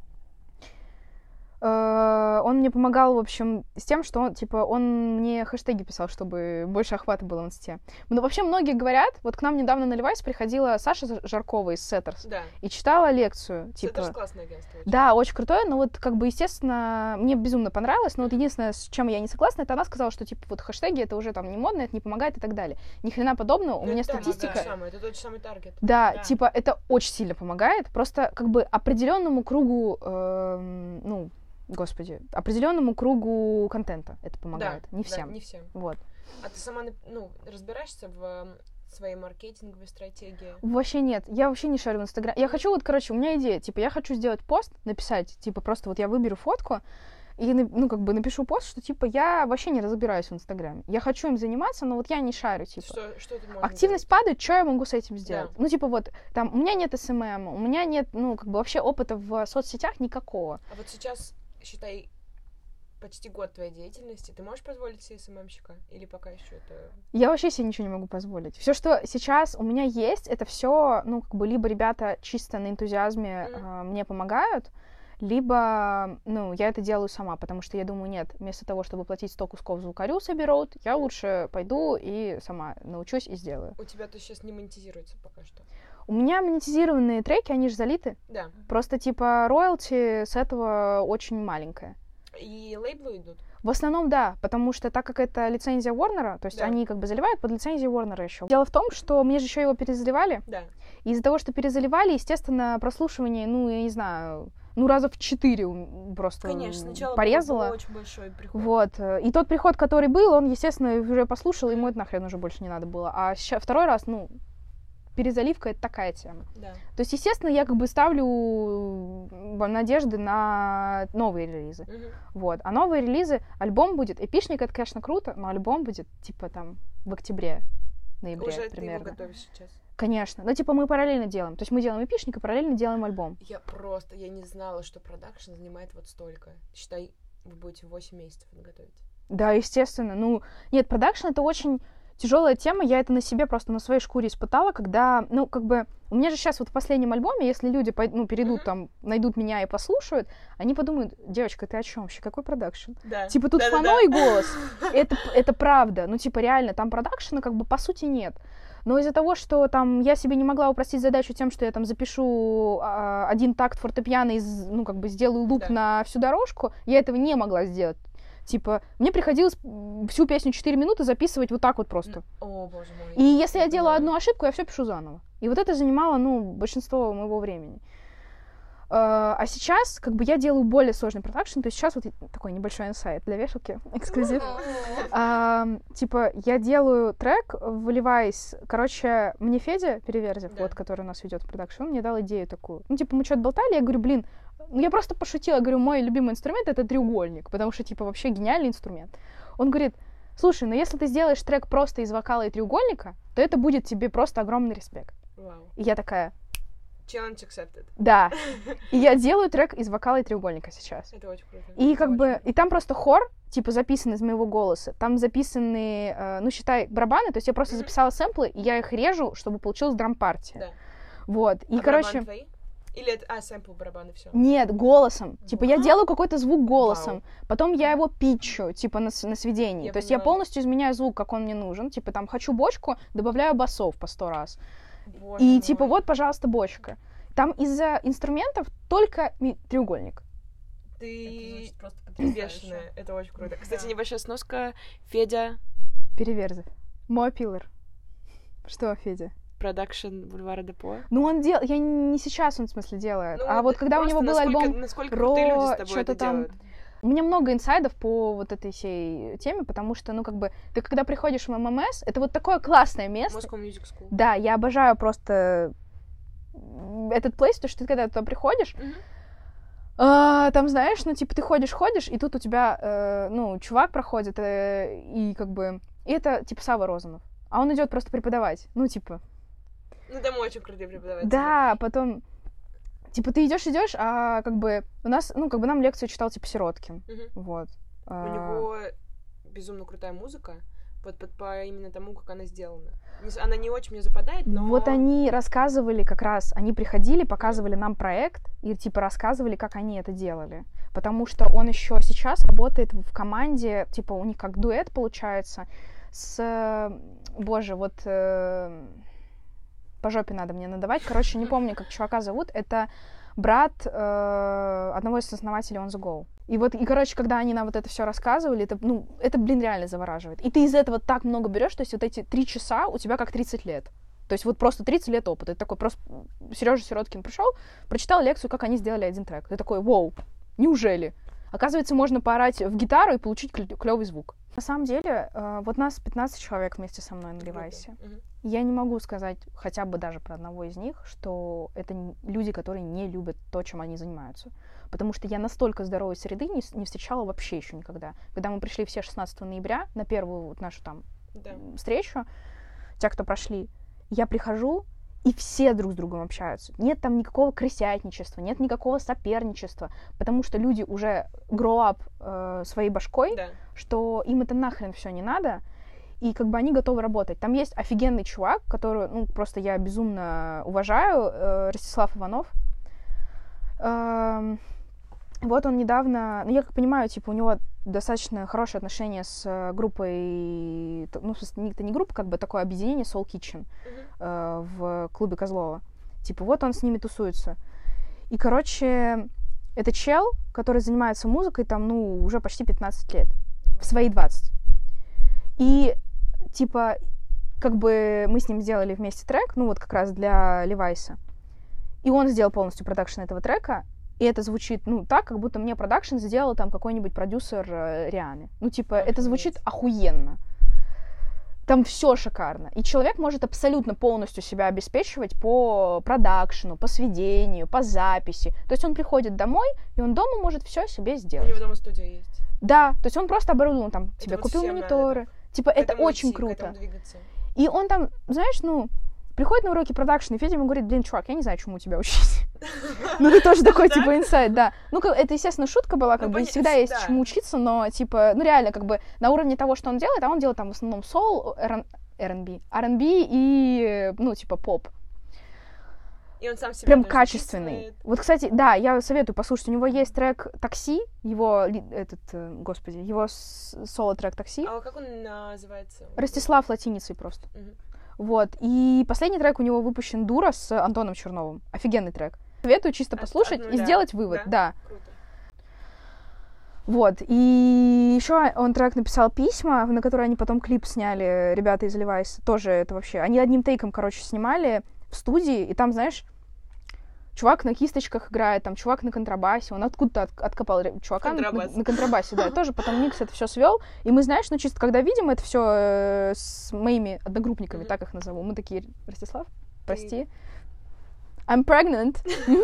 э, он мне помогал, в общем, с тем, что он, типа, он мне хэштеги писал, чтобы больше охвата было в инсте. Ну, вообще, многие говорят, вот к нам недавно на Levi's приходила Саша Жаркова из Setters, да. и читала лекцию, типа... Setters классное агентство. Очень. Да, очень крутое, но вот, как бы, естественно, мне безумно понравилось, но вот единственное, с чем я не согласна, это она сказала, что, типа, вот хэштеги, это уже, там, не модно, это не помогает и так далее. Ни хрена подобного, у меня это статистика... Да, самое, это тот же самый таргет. Да, да, типа, это очень сильно помогает, просто, как бы, определенному кругу, э, ну, господи, определенному кругу контента это помогает, да, не всем. Да, не всем. Вот. А ты сама, ну, разбираешься в своей маркетинговой стратегии? Вообще нет, я вообще не шарю в Инстаграме. Я хочу, вот, короче, у меня идея, типа, я хочу сделать пост, написать, типа, просто вот я выберу фотку, и, ну, как бы напишу пост, что, типа, я вообще не разбираюсь в Инстаграме. Я хочу им заниматься, но вот я не шарю, типа. Что, что ты можешь Активность делать? падает, что я могу с этим сделать? Да. Ну, типа, вот, там, у меня нет эс эм эм, у меня нет, ну, как бы, вообще опыта в соцсетях никакого. А вот сейчас, считай, почти год твоей деятельности, ты можешь позволить себе эс эм эм-щика? Или пока еще это... Я вообще себе ничего не могу позволить. Все, что сейчас у меня есть, это все, ну, как бы, либо ребята чисто на энтузиазме mm-hmm. э, мне помогают, либо, ну, я это делаю сама, потому что я думаю, нет, вместо того, чтобы платить сто кусков звукарю соберут, я лучше пойду и сама научусь и сделаю. У тебя то сейчас не монетизируется пока что? У меня монетизированные треки, они же залиты. Да. Просто, типа, роялти с этого очень маленькое. И лейблы идут? В основном, да, потому что так как это лицензия Warner, то есть да. они как бы заливают под лицензией Warner еще. Дело в том, что мне же еще его перезаливали. Да. И из-за того, что перезаливали, естественно, прослушивание, ну, я не знаю, ну, раза в четыре просто Конечно, сначала порезала. Был очень большой приход. Вот. И тот приход, который был, он, естественно, уже послушал, ему это нахрен уже больше не надо было. А ща, второй раз, ну, перезаливка — это такая тема. Да. То есть, естественно, я как бы ставлю надежды на новые релизы. Uh-huh. Вот. А новые релизы, альбом будет, эпишник — это, конечно, круто, но альбом будет, типа, там, в октябре, ноябре Уже примерно. Уже ты его готовишь сейчас? Конечно. Ну, типа, мы параллельно делаем. То есть мы делаем эпишник и параллельно делаем альбом. Я просто, я не знала, что продакшн занимает вот столько. Считай, вы будете восемь месяцев готовить. Да, естественно. Ну, нет, продакшн — это очень тяжелая тема. Я это на себе просто на своей шкуре испытала, когда, ну, как бы, у меня же сейчас вот в последнем альбоме, если люди, ну, перейдут mm-hmm. там, найдут меня и послушают, они подумают: девочка, ты о чем вообще? Какой продакшн? Да. Типа, тут фано и голос. Это, это правда. Ну, типа, реально, там продакшена как бы по сути нет. Но из-за того, что там я себе не могла упростить задачу тем, что я там запишу а, один такт фортепиано и, ну, как бы сделаю луп да. на всю дорожку, я этого не могла сделать. Типа, мне приходилось всю песню четыре минуты записывать вот так вот просто. О, боже мой. И если я, я делаю одну ошибку, я все пишу заново. И вот это занимало, ну, большинство моего времени. А сейчас, как бы, я делаю более сложный продакшн, то есть сейчас вот такой небольшой инсайт для вешалки, эксклюзив. а, типа, я делаю трек, выливаясь, короче, мне Федя Переверзев, да. вот, который у нас ведет в продакшн, он мне дал идею такую. Ну, типа, мы что-то болтали, я говорю, блин, ну, я просто пошутила, говорю, мой любимый инструмент — это треугольник, потому что, типа, вообще гениальный инструмент. Он говорит: слушай, ну, если ты сделаешь трек просто из вокала и треугольника, то это будет тебе просто огромный респект. Wow. И я такая... Challenge accepted. Да. И я делаю трек из вокала и треугольника сейчас. Это очень круто. И это как бы, круто. И там просто хор, типа, записан из моего голоса. Там записаны, э, ну, считай, барабаны, то есть я просто mm-hmm. записала сэмплы, и я их режу, чтобы получилась драм-партия. Да. Вот. И, а короче... твои? Или это, а, сэмпл, барабаны, все? Нет, голосом. Типа, я делаю какой-то звук голосом. Вау. Потом я его питчу, типа, на, на сведении. Я то есть понимаю. я полностью изменяю звук, как он мне нужен. Типа, там, хочу бочку, добавляю басов по сто раз. Боже и, мой. типа, вот, пожалуйста, бочка. Там из-за инструментов только ми- треугольник. Ты бешеная, это очень круто. Кстати, да. Небольшая сноска. Федя Переверзев. Мой пиллер. Что, Федя? Продакшн Бульвара Депо. Ну, он делал, я не сейчас он, в смысле, делает, ну, а вот когда у него был насколько, альбом насколько Ро, что-то там... У меня много инсайдов по вот этой всей теме, потому что, ну, как бы, ты когда приходишь в эм эм эс, это вот такое классное место. Moscow Music School. Да, я обожаю просто этот плейс, потому что ты когда туда приходишь, Mm-hmm. а, там, знаешь, ну, типа, ты ходишь-ходишь, и тут у тебя, э, ну, чувак проходит, э, и как бы... И это, типа, Сава Розанов. А он идет просто преподавать. Ну, типа... Ну, там очень крутые преподаватели. Да, потом... Типа, ты идешь идешь, а как бы у нас, ну, как бы нам лекцию читал, типа, Сироткин. Угу. Вот. У а... него безумно крутая музыка, вот по, по именно тому, как она сделана. Она не очень мне западает, но... Вот они рассказывали как раз, они приходили, показывали нам проект и, типа, рассказывали, как они это делали. Потому что он еще сейчас работает в команде, типа, у них как дуэт получается с... Боже, вот... Э... По жопе надо мне надавать. Короче, не помню, как чувака зовут. Это брат э, одного из основателей On The Go. И вот, и, короче, когда они нам вот это все рассказывали, это, ну, это, блин, реально завораживает. И ты из этого так много берешь, то есть вот эти три часа у тебя как тридцать лет. То есть вот просто тридцать лет опыта. Это такой просто... Сережа Сироткин пришел, прочитал лекцию, как они сделали один трек. Ты такой, вау, неужели? Оказывается, можно поорать в гитару и получить клевый звук. На самом деле, э, вот нас пятнадцать человек вместе со мной на Левайсе. Uh-huh. Я не могу сказать хотя бы даже про одного из них, что это люди, которые не любят то, чем они занимаются. Потому что я настолько здоровой среды не, не встречала вообще еще никогда. Когда мы пришли все шестнадцатого ноября на первую вот нашу там yeah. встречу, те, кто прошли, я прихожу, и все друг с другом общаются. Нет там никакого крысятничества, нет никакого соперничества, потому что люди уже grow up э, своей башкой, да. что им это нахрен все не надо, и как бы они готовы работать. Там есть офигенный чувак, который, ну, просто я безумно уважаю, э, Ростислав Иванов. Э, вот он недавно, ну, я как понимаю, типа, у него достаточно хорошие отношения с ну, ну, это не группа, как бы такое объединение Soul Kitchen uh-huh. э, в клубе Козлова. Типа, вот он с ними тусуется. И, короче, это чел, который занимается музыкой там, ну, уже почти пятнадцать лет. В свои двадцать. И, типа, как бы мы с ним сделали вместе трек, ну, вот как раз для Левайса. И он сделал полностью продакшн этого трека. И это звучит, ну, так, как будто мне продакшн сделал там какой-нибудь продюсер э, Рианы. Ну, типа, Охуеть. Это звучит охуенно. Там все шикарно. И человек может абсолютно полностью себя обеспечивать по продакшну, по сведению, по записи. То есть он приходит домой, и он дома может все себе сделать. У него дома студия есть. Да, то есть он просто оборудовал, там, это тебе вот купил мониторы. Это. Типа, это очень идти, круто. И он там, знаешь, ну... Приходит на уроки продакшена, и Федя ему говорит, блин, чувак, я не знаю, чему у тебя учить. Ну, это тоже такой, типа, инсайт, да. Ну, это, естественно, шутка была, как бы, всегда есть чему учиться, но, типа, ну, реально, как бы, на уровне того, что он делает, а он делает там в основном соул, эр энд би, ар энд би и, ну, типа, поп. И он сам себя прям качественный. Вот, кстати, да, я советую послушать. У него есть трек «Такси», его, этот, господи, его соло-трек «Такси». А как он называется? Ростислав латиницей просто. Вот, и последний трек у него выпущен «Дура» с Антоном Черновым. Офигенный трек. Советую чисто послушать От, ну, и да. сделать вывод, да. да. Круто. Вот, и еще он трек написал «Письма», на которые они потом клип сняли, ребята из Левайса. Тоже это вообще... Они одним тейком, короче, снимали в студии, и там, знаешь, чувак на кисточках играет, там чувак на контрабасе, он откуда-то от, откопал чувака на, на, на контрабасе, да, тоже потом микс это все свел, и мы, знаешь, ну чисто когда видим это все э, с моими одногруппниками, mm-hmm. так их назову, мы такие, Ростислав, прости, I'm pregnant,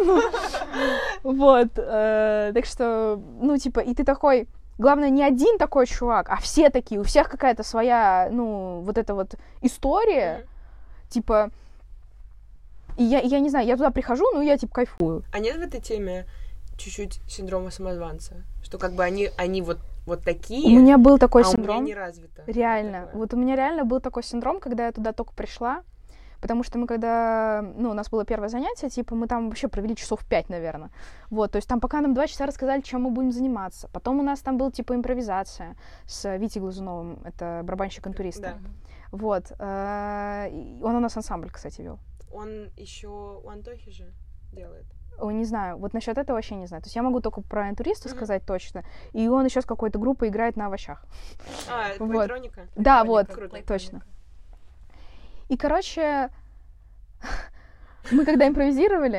вот, так что, ну типа, и ты такой, главное, не один такой чувак, а все такие, у всех какая-то своя, ну, вот эта вот история, типа... И я, я не знаю, я туда прихожу, ну, я, типа, кайфую. А нет в этой теме чуть-чуть синдрома самозванца? Что, как бы, они, они вот, вот такие, у меня был такой а синдром. у меня не развито. Реально. Вот у меня реально был такой синдром, когда я туда только пришла, потому что мы когда... Ну, у нас было первое занятие, типа, мы там вообще провели часов пять, наверное. Вот, то есть там пока нам два часа рассказали, чем мы будем заниматься. Потом у нас там был, типа, импровизация с Витей Глазуновым, это барабанщик-интурист. Да. Вот. Он у нас ансамбль, кстати, вел. Он еще у Антохи же делает. Ой, не знаю, вот насчет этого вообще не знаю. То есть я могу только про интуриста mm-hmm. сказать точно. И он еще с какой-то группой играет на овощах. А, это вот. Электроника? Да, электроника. вот, Круто. Точно. И, короче, мы когда импровизировали,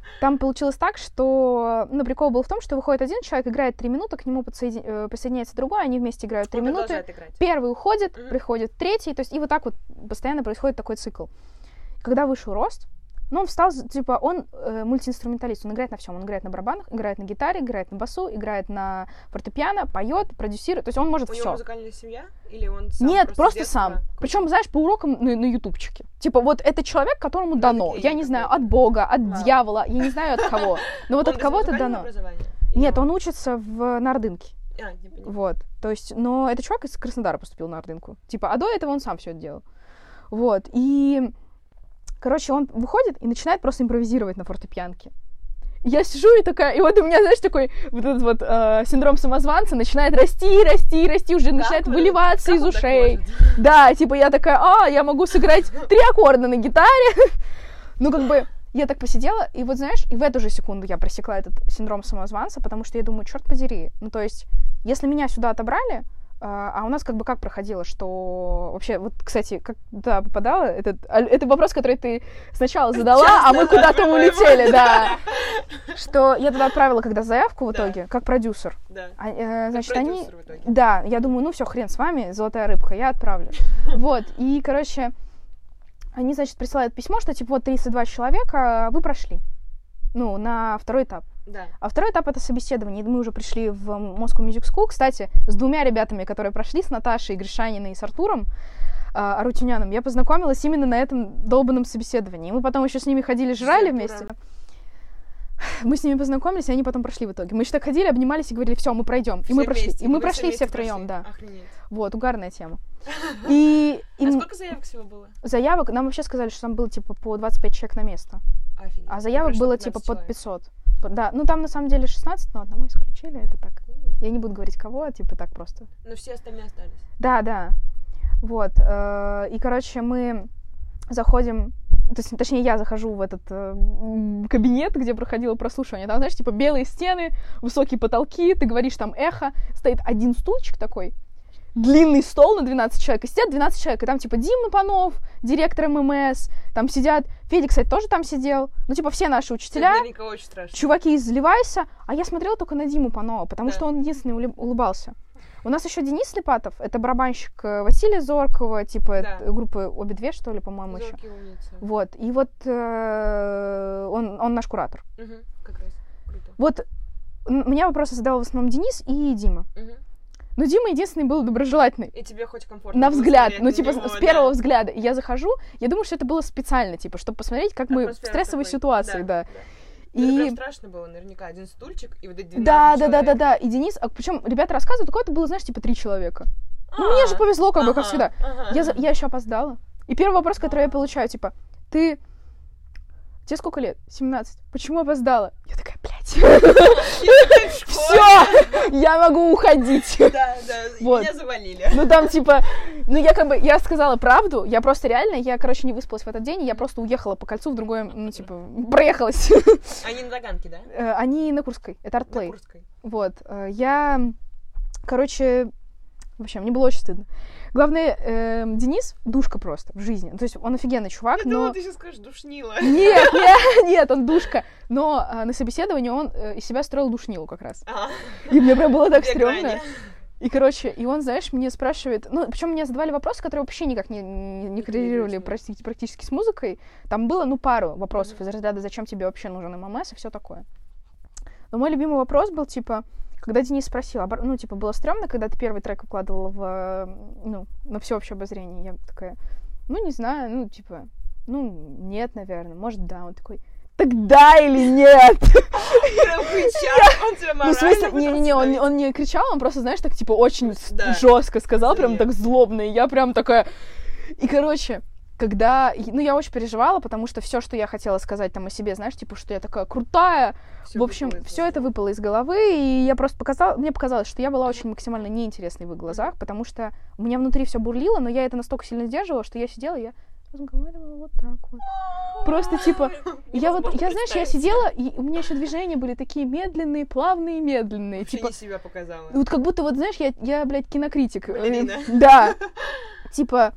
там получилось так, что, ну, прикол был в том, что выходит один человек, играет три минуты, к нему подсоедин... присоединяется другой, они вместе играют три минуты. Первый уходит, mm-hmm. приходит третий, то есть и вот так вот постоянно происходит такой цикл. Когда вышел Рост, ну, он встал, типа, он э, мультиинструменталист, он играет на всем, он играет на барабанах, играет на гитаре, играет на басу, играет на фортепиано, поет, продюсирует, то есть он может все. У него музыкальная семья? Или он сам? Нет, просто, просто сам. Причем, знаешь, по урокам на, на ютубчике. Типа, вот это человек, которому ну, дано, я не знаю, от Бога, от Вау. дьявола, я не знаю от кого, но вот от кого-то дано. Нет, он учится в, на Ордынке. А, не понимаю. Вот, то есть, но это чувак из Краснодара поступил на Ордынку. Типа, а до этого он сам все это делал. Вот, и... Короче, он выходит и начинает просто импровизировать на фортепианке. Я сижу и такая, и вот у меня, знаешь, такой вот этот вот э, синдром самозванца начинает расти, расти, расти, уже как начинает вы, выливаться из ушей. Да, типа я такая, а, я могу сыграть три аккорда на гитаре. Ну, как бы, я так посидела, и вот, знаешь, и в эту же секунду я пресекла этот синдром самозванца, потому что я думаю, черт подери. Ну, то есть, если меня сюда отобрали, а у нас как бы как проходило, что вообще, вот, кстати, как туда попадала, этот, это вопрос, который ты сначала задала, Часто, а мы куда-то улетели, да. Что я туда отправила когда заявку в итоге, да. как продюсер. Да. А, э, значит, как они... в итоге. Да, я думаю, ну все, хрен с вами, золотая рыбка, я отправлю. Вот, и, короче, они, значит, присылают письмо, что, типа, вот тридцать два человека, вы прошли. Ну, на второй этап. Да. А второй этап — это собеседование. И мы уже пришли в Moscow Music School, кстати, с двумя ребятами, которые прошли, с Наташей Гришаниной и с Артуром э, Арутюняном. Я познакомилась именно на этом долбанном собеседовании. И мы потом еще с ними ходили, жрали вместе. Мы с ними познакомились, и они потом прошли в итоге. Мы еще так ходили, обнимались и говорили, все, мы пройдем. И мы прошли. Вместе. И мы прошли все втроем, да. Охренеть. Вот, угарная тема. И, и... А сколько заявок всего было? Заявок, нам вообще сказали, что там было типа по двадцать пять человек на место. Офигеть. А заявок было типа под пятьсот. Да, ну там на самом деле шестнадцать, но одного исключили, это так. Mm. Я не буду говорить кого, а типа так просто. Но все остальные остались. Да, да. Вот. И, короче, мы заходим, то есть, точнее, я захожу в этот э, кабинет, где проходило прослушивание. Там, знаешь, типа белые стены, высокие потолки, ты говоришь, там эхо, стоит один стульчик такой, длинный стол на двенадцать человек, и сидят двенадцать человек, и там, типа, Дима Панов, директор эм эм эс, там сидят, Федя, кстати, тоже там сидел, ну, типа, все наши учителя, очень страшно. Чуваки из «Заливайся», а я смотрела только на Диму Панова, потому да. что он единственный улыбался. У нас еще Денис Липатов, это барабанщик Василия Зоркова, типа, да. группы «Обе две», что ли, по-моему, еще. Умница. Вот, и вот э, он, он наш куратор. Угу, как раз, круто. Вот, мне вопросы задал в основном Денис и Дима. Угу. Но Дима единственный был доброжелательный. И тебе хоть комфортно. На взгляд, ну, типа, него, с, с первого да. взгляда. И я захожу, я думаю, что это было специально, типа, чтобы посмотреть, как мы Атмосфера в стрессовой такой. ситуации, да. да. да. И... Это прям страшно было, наверняка, один стульчик и вот эти двенадцать да, человек. Да, да, да, да, и Денис, а, причем ребята рассказывают, у кого-то было, знаешь, типа, три человека. А-а-а. Ну, мне же повезло, как бы, как всегда. Ага. Я, я еще опоздала. И первый вопрос, который я получаю, типа, ты... Тебе сколько лет? семнадцать. Почему опоздала? Я такая, блядь. Все, я могу уходить. Да, да, меня завалили. Ну там типа, ну я как бы, я сказала правду, я просто реально, я, короче, не выспалась в этот день, я просто уехала по кольцу в другое, ну типа, проехалась. Они на Таганке, да? Они на Курской, это артплей. На Курской. Вот, я, короче, вообще, мне было очень стыдно. Главное, э, Денис душка просто в жизни. То есть он офигенный чувак, я но... думала, ты сейчас скажешь душнила. Нет, нет, нет, он душка. Но э, на собеседовании он э, из себя строил душнилу как раз. А-а. И мне прям было так стрёмно. И, короче, и он, знаешь, мне спрашивает... Ну, причем мне задавали вопросы, которые вообще никак не, не, не коррелировали практически, практически с музыкой. Там было, ну, пару вопросов mm-hmm. из разряда «Зачем тебе вообще нужен эм эм эс?» и все такое. Но мой любимый вопрос был, типа... Когда Денис спросил, ну, типа, было стрёмно, когда ты первый трек выкладывала в, ну, на всеобщее обозрение. Я такая, ну, не знаю, ну, типа, ну, нет, наверное, может, да. Он такой, так да или нет? Прям кричал, он тебя морально... Ну, в смысле, не-не-не, он, он не кричал, он просто, знаешь, так, типа, очень да. жестко сказал, прям так злобно, и я прям такая... И, короче... Когда, ну, я очень переживала, потому что все, что я хотела сказать там о себе, знаешь, типа, что я такая крутая, всё в общем, все это выпало из головы, и я просто показала, мне показалось, что я была очень максимально неинтересной в их глазах, потому что у меня внутри все бурлило, но я это настолько сильно сдерживала, что я сидела, и я разговаривала вот так вот. Просто, типа, я вот, я, знаешь, я сидела, и у меня еще движения были такие медленные, плавные, медленные. Вообще типа, не себя показала. Вот как будто, вот, знаешь, я, я блядь, кинокритик. Балерина. Да. Типа...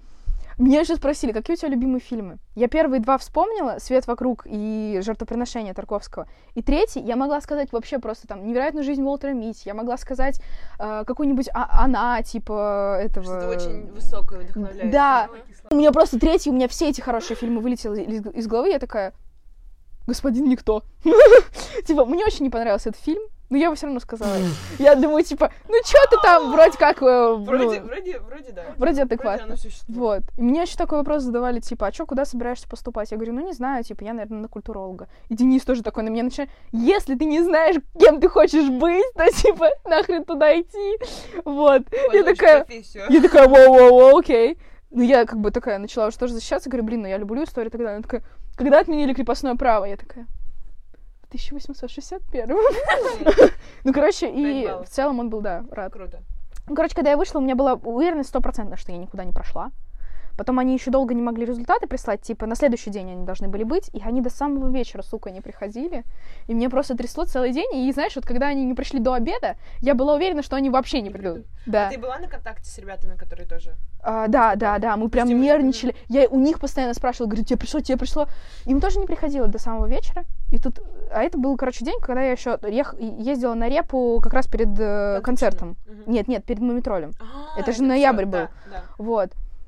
Меня еще спросили, какие у тебя любимые фильмы? Я первые два вспомнила, «Свет вокруг» и «Жертвоприношение» Тарковского. И третий я могла сказать вообще просто там «Невероятную жизнь Уолтера Митти». Я могла сказать э, какую-нибудь а- «Она», типа этого... Что-то очень высокое, вдохновляющее. Да. У меня просто третий, у меня все эти хорошие фильмы вылетели из, из головы. Я такая, господин Никто. Типа, мне очень не понравился этот фильм. Но я бы все равно сказала. Я думаю, типа, ну чё ты там, вроде как... Вроде, вроде, вроде, да. Вроде адекватно. Вот. И мне еще такой вопрос задавали, типа, а чё, куда собираешься поступать? Я говорю, ну не знаю, типа, я, наверное, на культуролога. И Денис тоже такой на меня начинает, если ты не знаешь, кем ты хочешь быть, то, типа, нахрен туда идти. Вот. Я такая, я такая, воу-воу-воу, окей. Ну, я как бы такая начала уже тоже защищаться, говорю, блин, ну я люблю историю и так далее. Она такая, когда отменили крепостное право? Я такая... тысяча восемьсот шестьдесят первый. Ну, короче, и в целом он был, да, рад. Круто. Ну, короче, когда я вышла, у меня была уверенность стопроцентная, что я никуда не прошла. Потом они еще долго не могли результаты прислать, типа, на следующий день они должны были быть, и они до самого вечера, сука, не приходили. И мне просто трясло целый день, и, знаешь, вот когда они не пришли до обеда, я была уверена, что они вообще не придут. Да. А ты была на контакте с ребятами, которые тоже... А, да, да, да, мы прям нервничали. Я у них постоянно спрашивала, говорю, тебе пришло, тебе пришло. Им тоже не приходило до самого вечера. И тут... А это был, короче, день, когда я еще ех... ездила на репу как раз перед э, концертом. Угу. Нет, нет, перед Мумитролем. А, это, это же ноябрь был. Да, да. Вот.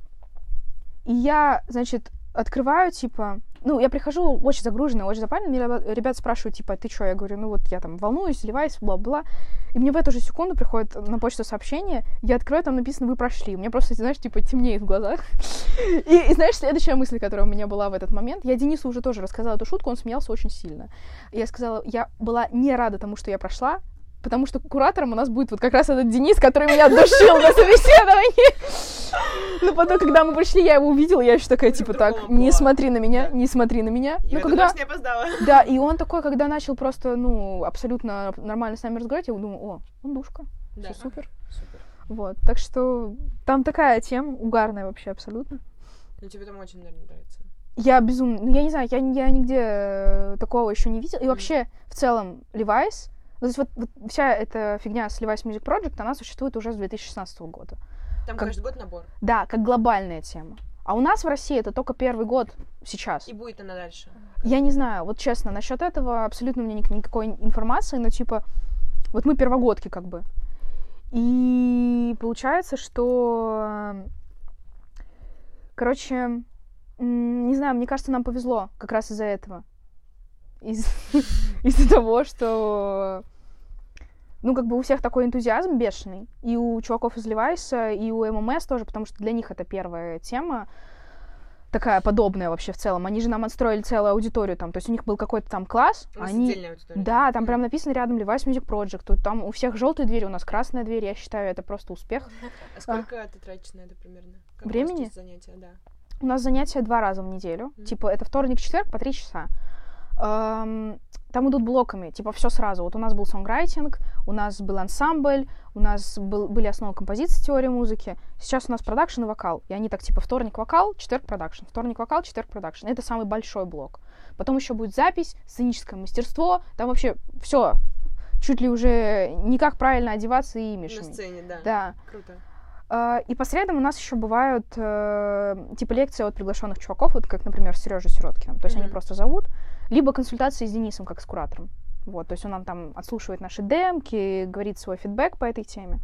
И я, значит, открываю, типа... Ну, я прихожу очень загруженная, очень запальная. Мне ребята спрашивают, типа, ты что? Я говорю, ну вот я там волнуюсь, заливаюсь, бла-бла. И мне в эту же секунду приходит на почту сообщение. Я открываю, там написано, вы прошли. У меня просто, знаешь, типа, темнеет в глазах. И, и знаешь, следующая мысль, которая у меня была в этот момент. Я Денису уже тоже рассказала эту шутку, он смеялся очень сильно. И я сказала, я была не рада тому, что я прошла, потому что куратором у нас будет вот как раз этот Денис, который меня душил на собеседовании. Но потом, когда мы пришли, я его увидела, я еще такая, типа, так, не смотри на меня, не смотри на меня. Я ну, когда... не опоздала. Да, и он такой, когда начал просто, ну, абсолютно нормально с нами разговаривать, я думаю, о, он душка, да. Все супер. Супер. Вот, так что там такая тема угарная вообще абсолютно. Ну, тебе там очень, наверное, нравится. Я безумно, ну, я не знаю, я, я нигде такого еще не видела. И mm-hmm. вообще, в целом, Levi's, то есть вот, вот вся эта фигня с Levi's Music Project, она существует уже с две тысячи шестнадцатого года. Там как... каждый год набор. Да, как глобальная тема. А у нас в России это только первый год сейчас. И будет она дальше. Я не знаю, вот честно, насчет этого абсолютно у меня никакой информации, но типа, вот мы первогодки как бы. И получается, что, короче, не знаю, мне кажется, нам повезло как раз из-за этого. Из- из-за того, что... Ну, как бы у всех такой энтузиазм бешеный. И у чуваков из Levi's, и у эм эм эс тоже, потому что для них это первая тема. Такая подобная вообще в целом. Они же нам отстроили целую аудиторию там. То есть у них был какой-то там класс. У нас они... отдельная аудитория. Да, там прям написано рядом Levi's Music Project. Там у всех желтые двери, у нас красная дверь. Я считаю, это просто успех. А сколько а. ты тратишь на это примерно? Как времени? Занятия, да. У нас занятия два раза в неделю. Mm-hmm. Типа это вторник, четверг по три часа. Эм, там идут блоками, типа все сразу. Вот у нас был сонграйтинг, у нас был ансамбль, у нас был, были основы композиции, теория музыки. Сейчас у нас продакшн и вокал. И они так типа вторник вокал, четверг продакшн, вторник вокал, четверг продакшн. Это самый большой блок. Потом еще будет запись, сценическое мастерство. Там вообще все. Чуть ли уже не как правильно одеваться и имидж. На сцене, да. Да. Круто. И по средам у нас еще бывают э, типа лекции от приглашенных чуваков, вот как, например, Сережа Сироткиным. То есть mm-hmm. они просто зовут, либо консультации с Денисом, как с куратором. Вот, то есть он нам там отслушивает наши демки, говорит свой фидбэк по этой теме.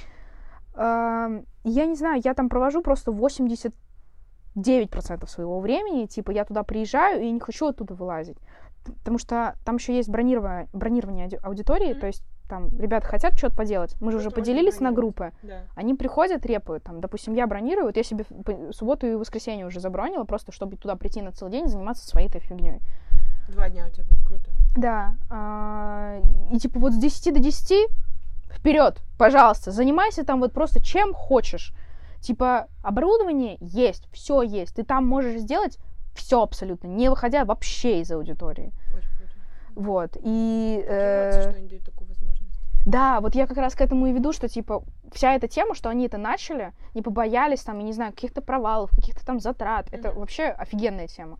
Э, я не знаю, я там провожу просто восемьдесят девять процентов своего времени, типа я туда приезжаю и не хочу оттуда вылазить. Потому что там еще есть бронирование, бронирование аудитории, mm-hmm. то есть там ребята хотят что-то поделать, мы же уже поделились на группы, да. Они приходят, репают, там, допустим, я бронирую, вот я себе в субботу и воскресенье уже забронила, просто чтобы туда прийти на целый день и заниматься своей этой фигней. Два дня у тебя будет, круто. Да, а, и типа вот с десяти до десяти вперед, пожалуйста, занимайся там вот просто чем хочешь. Типа оборудование есть, все есть, ты там можешь сделать все абсолютно, не выходя вообще из аудитории. Очень круто. Вот, и... Э, что они дают такую возможность. Да, вот я как раз к этому и веду, что, типа, вся эта тема, что они это начали, не побоялись, там, я не знаю, каких-то провалов, каких-то там затрат, mm-hmm. это вообще офигенная тема.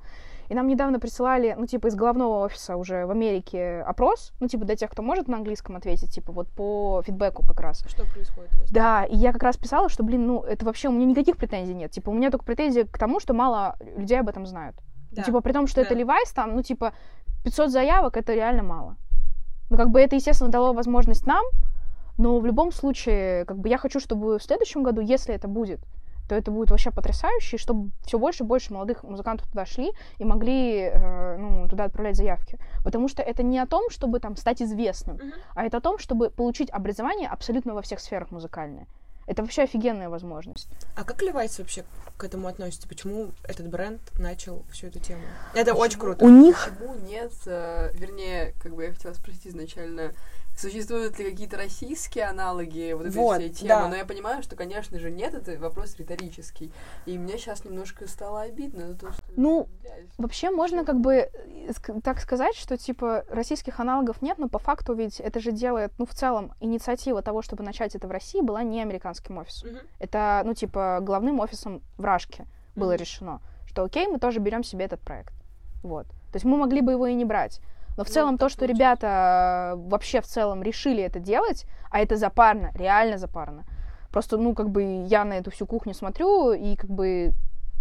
И нам недавно присылали, ну, типа, из головного офиса уже в Америке опрос, ну, типа, для тех, кто может на английском ответить, типа, вот по фидбэку как раз. Что происходит у вас? Да, и я как раз писала, что, блин, ну, это вообще, у меня никаких претензий нет. Типа, у меня только претензии к тому, что мало людей об этом знают. Да. Ну, типа, при том, что да. это Levi's, там, ну, типа, пятьсот заявок, это реально мало. Ну, как бы это, естественно, дало возможность нам, но в любом случае, как бы я хочу, чтобы в следующем году, если это будет, то это будет вообще потрясающе, чтобы все больше и больше молодых музыкантов туда шли и могли э, ну, туда отправлять заявки. Потому что это не о том, чтобы там стать известным, uh-huh. а это о том, чтобы получить образование абсолютно во всех сферах музыкальное. Это вообще офигенная возможность. А как Levi's вообще к этому относится? Почему этот бренд начал всю эту тему? Это Почему? Очень круто. У них... Почему нет, э, вернее, как бы я хотела спросить изначально, существуют ли какие-то российские аналоги вот этой вот, всей темы? Да. Но я понимаю, что, конечно же, нет, это вопрос риторический. И мне сейчас немножко стало обидно за то, что... Ну, вообще можно как бы так сказать, что, типа, российских аналогов нет, но по факту ведь это же делает, ну, в целом, инициатива того, чтобы начать это в России, была не американским офисом. Uh-huh. Это, ну, типа, главным офисом в Рашке было uh-huh. решено, что окей, мы тоже берем себе этот проект. Вот. То есть мы могли бы его и не брать. Но в ну, целом то, что получается. Ребята вообще в целом решили это делать, а это запарно, реально запарно. Просто, ну, как бы я на эту всю кухню смотрю, и как бы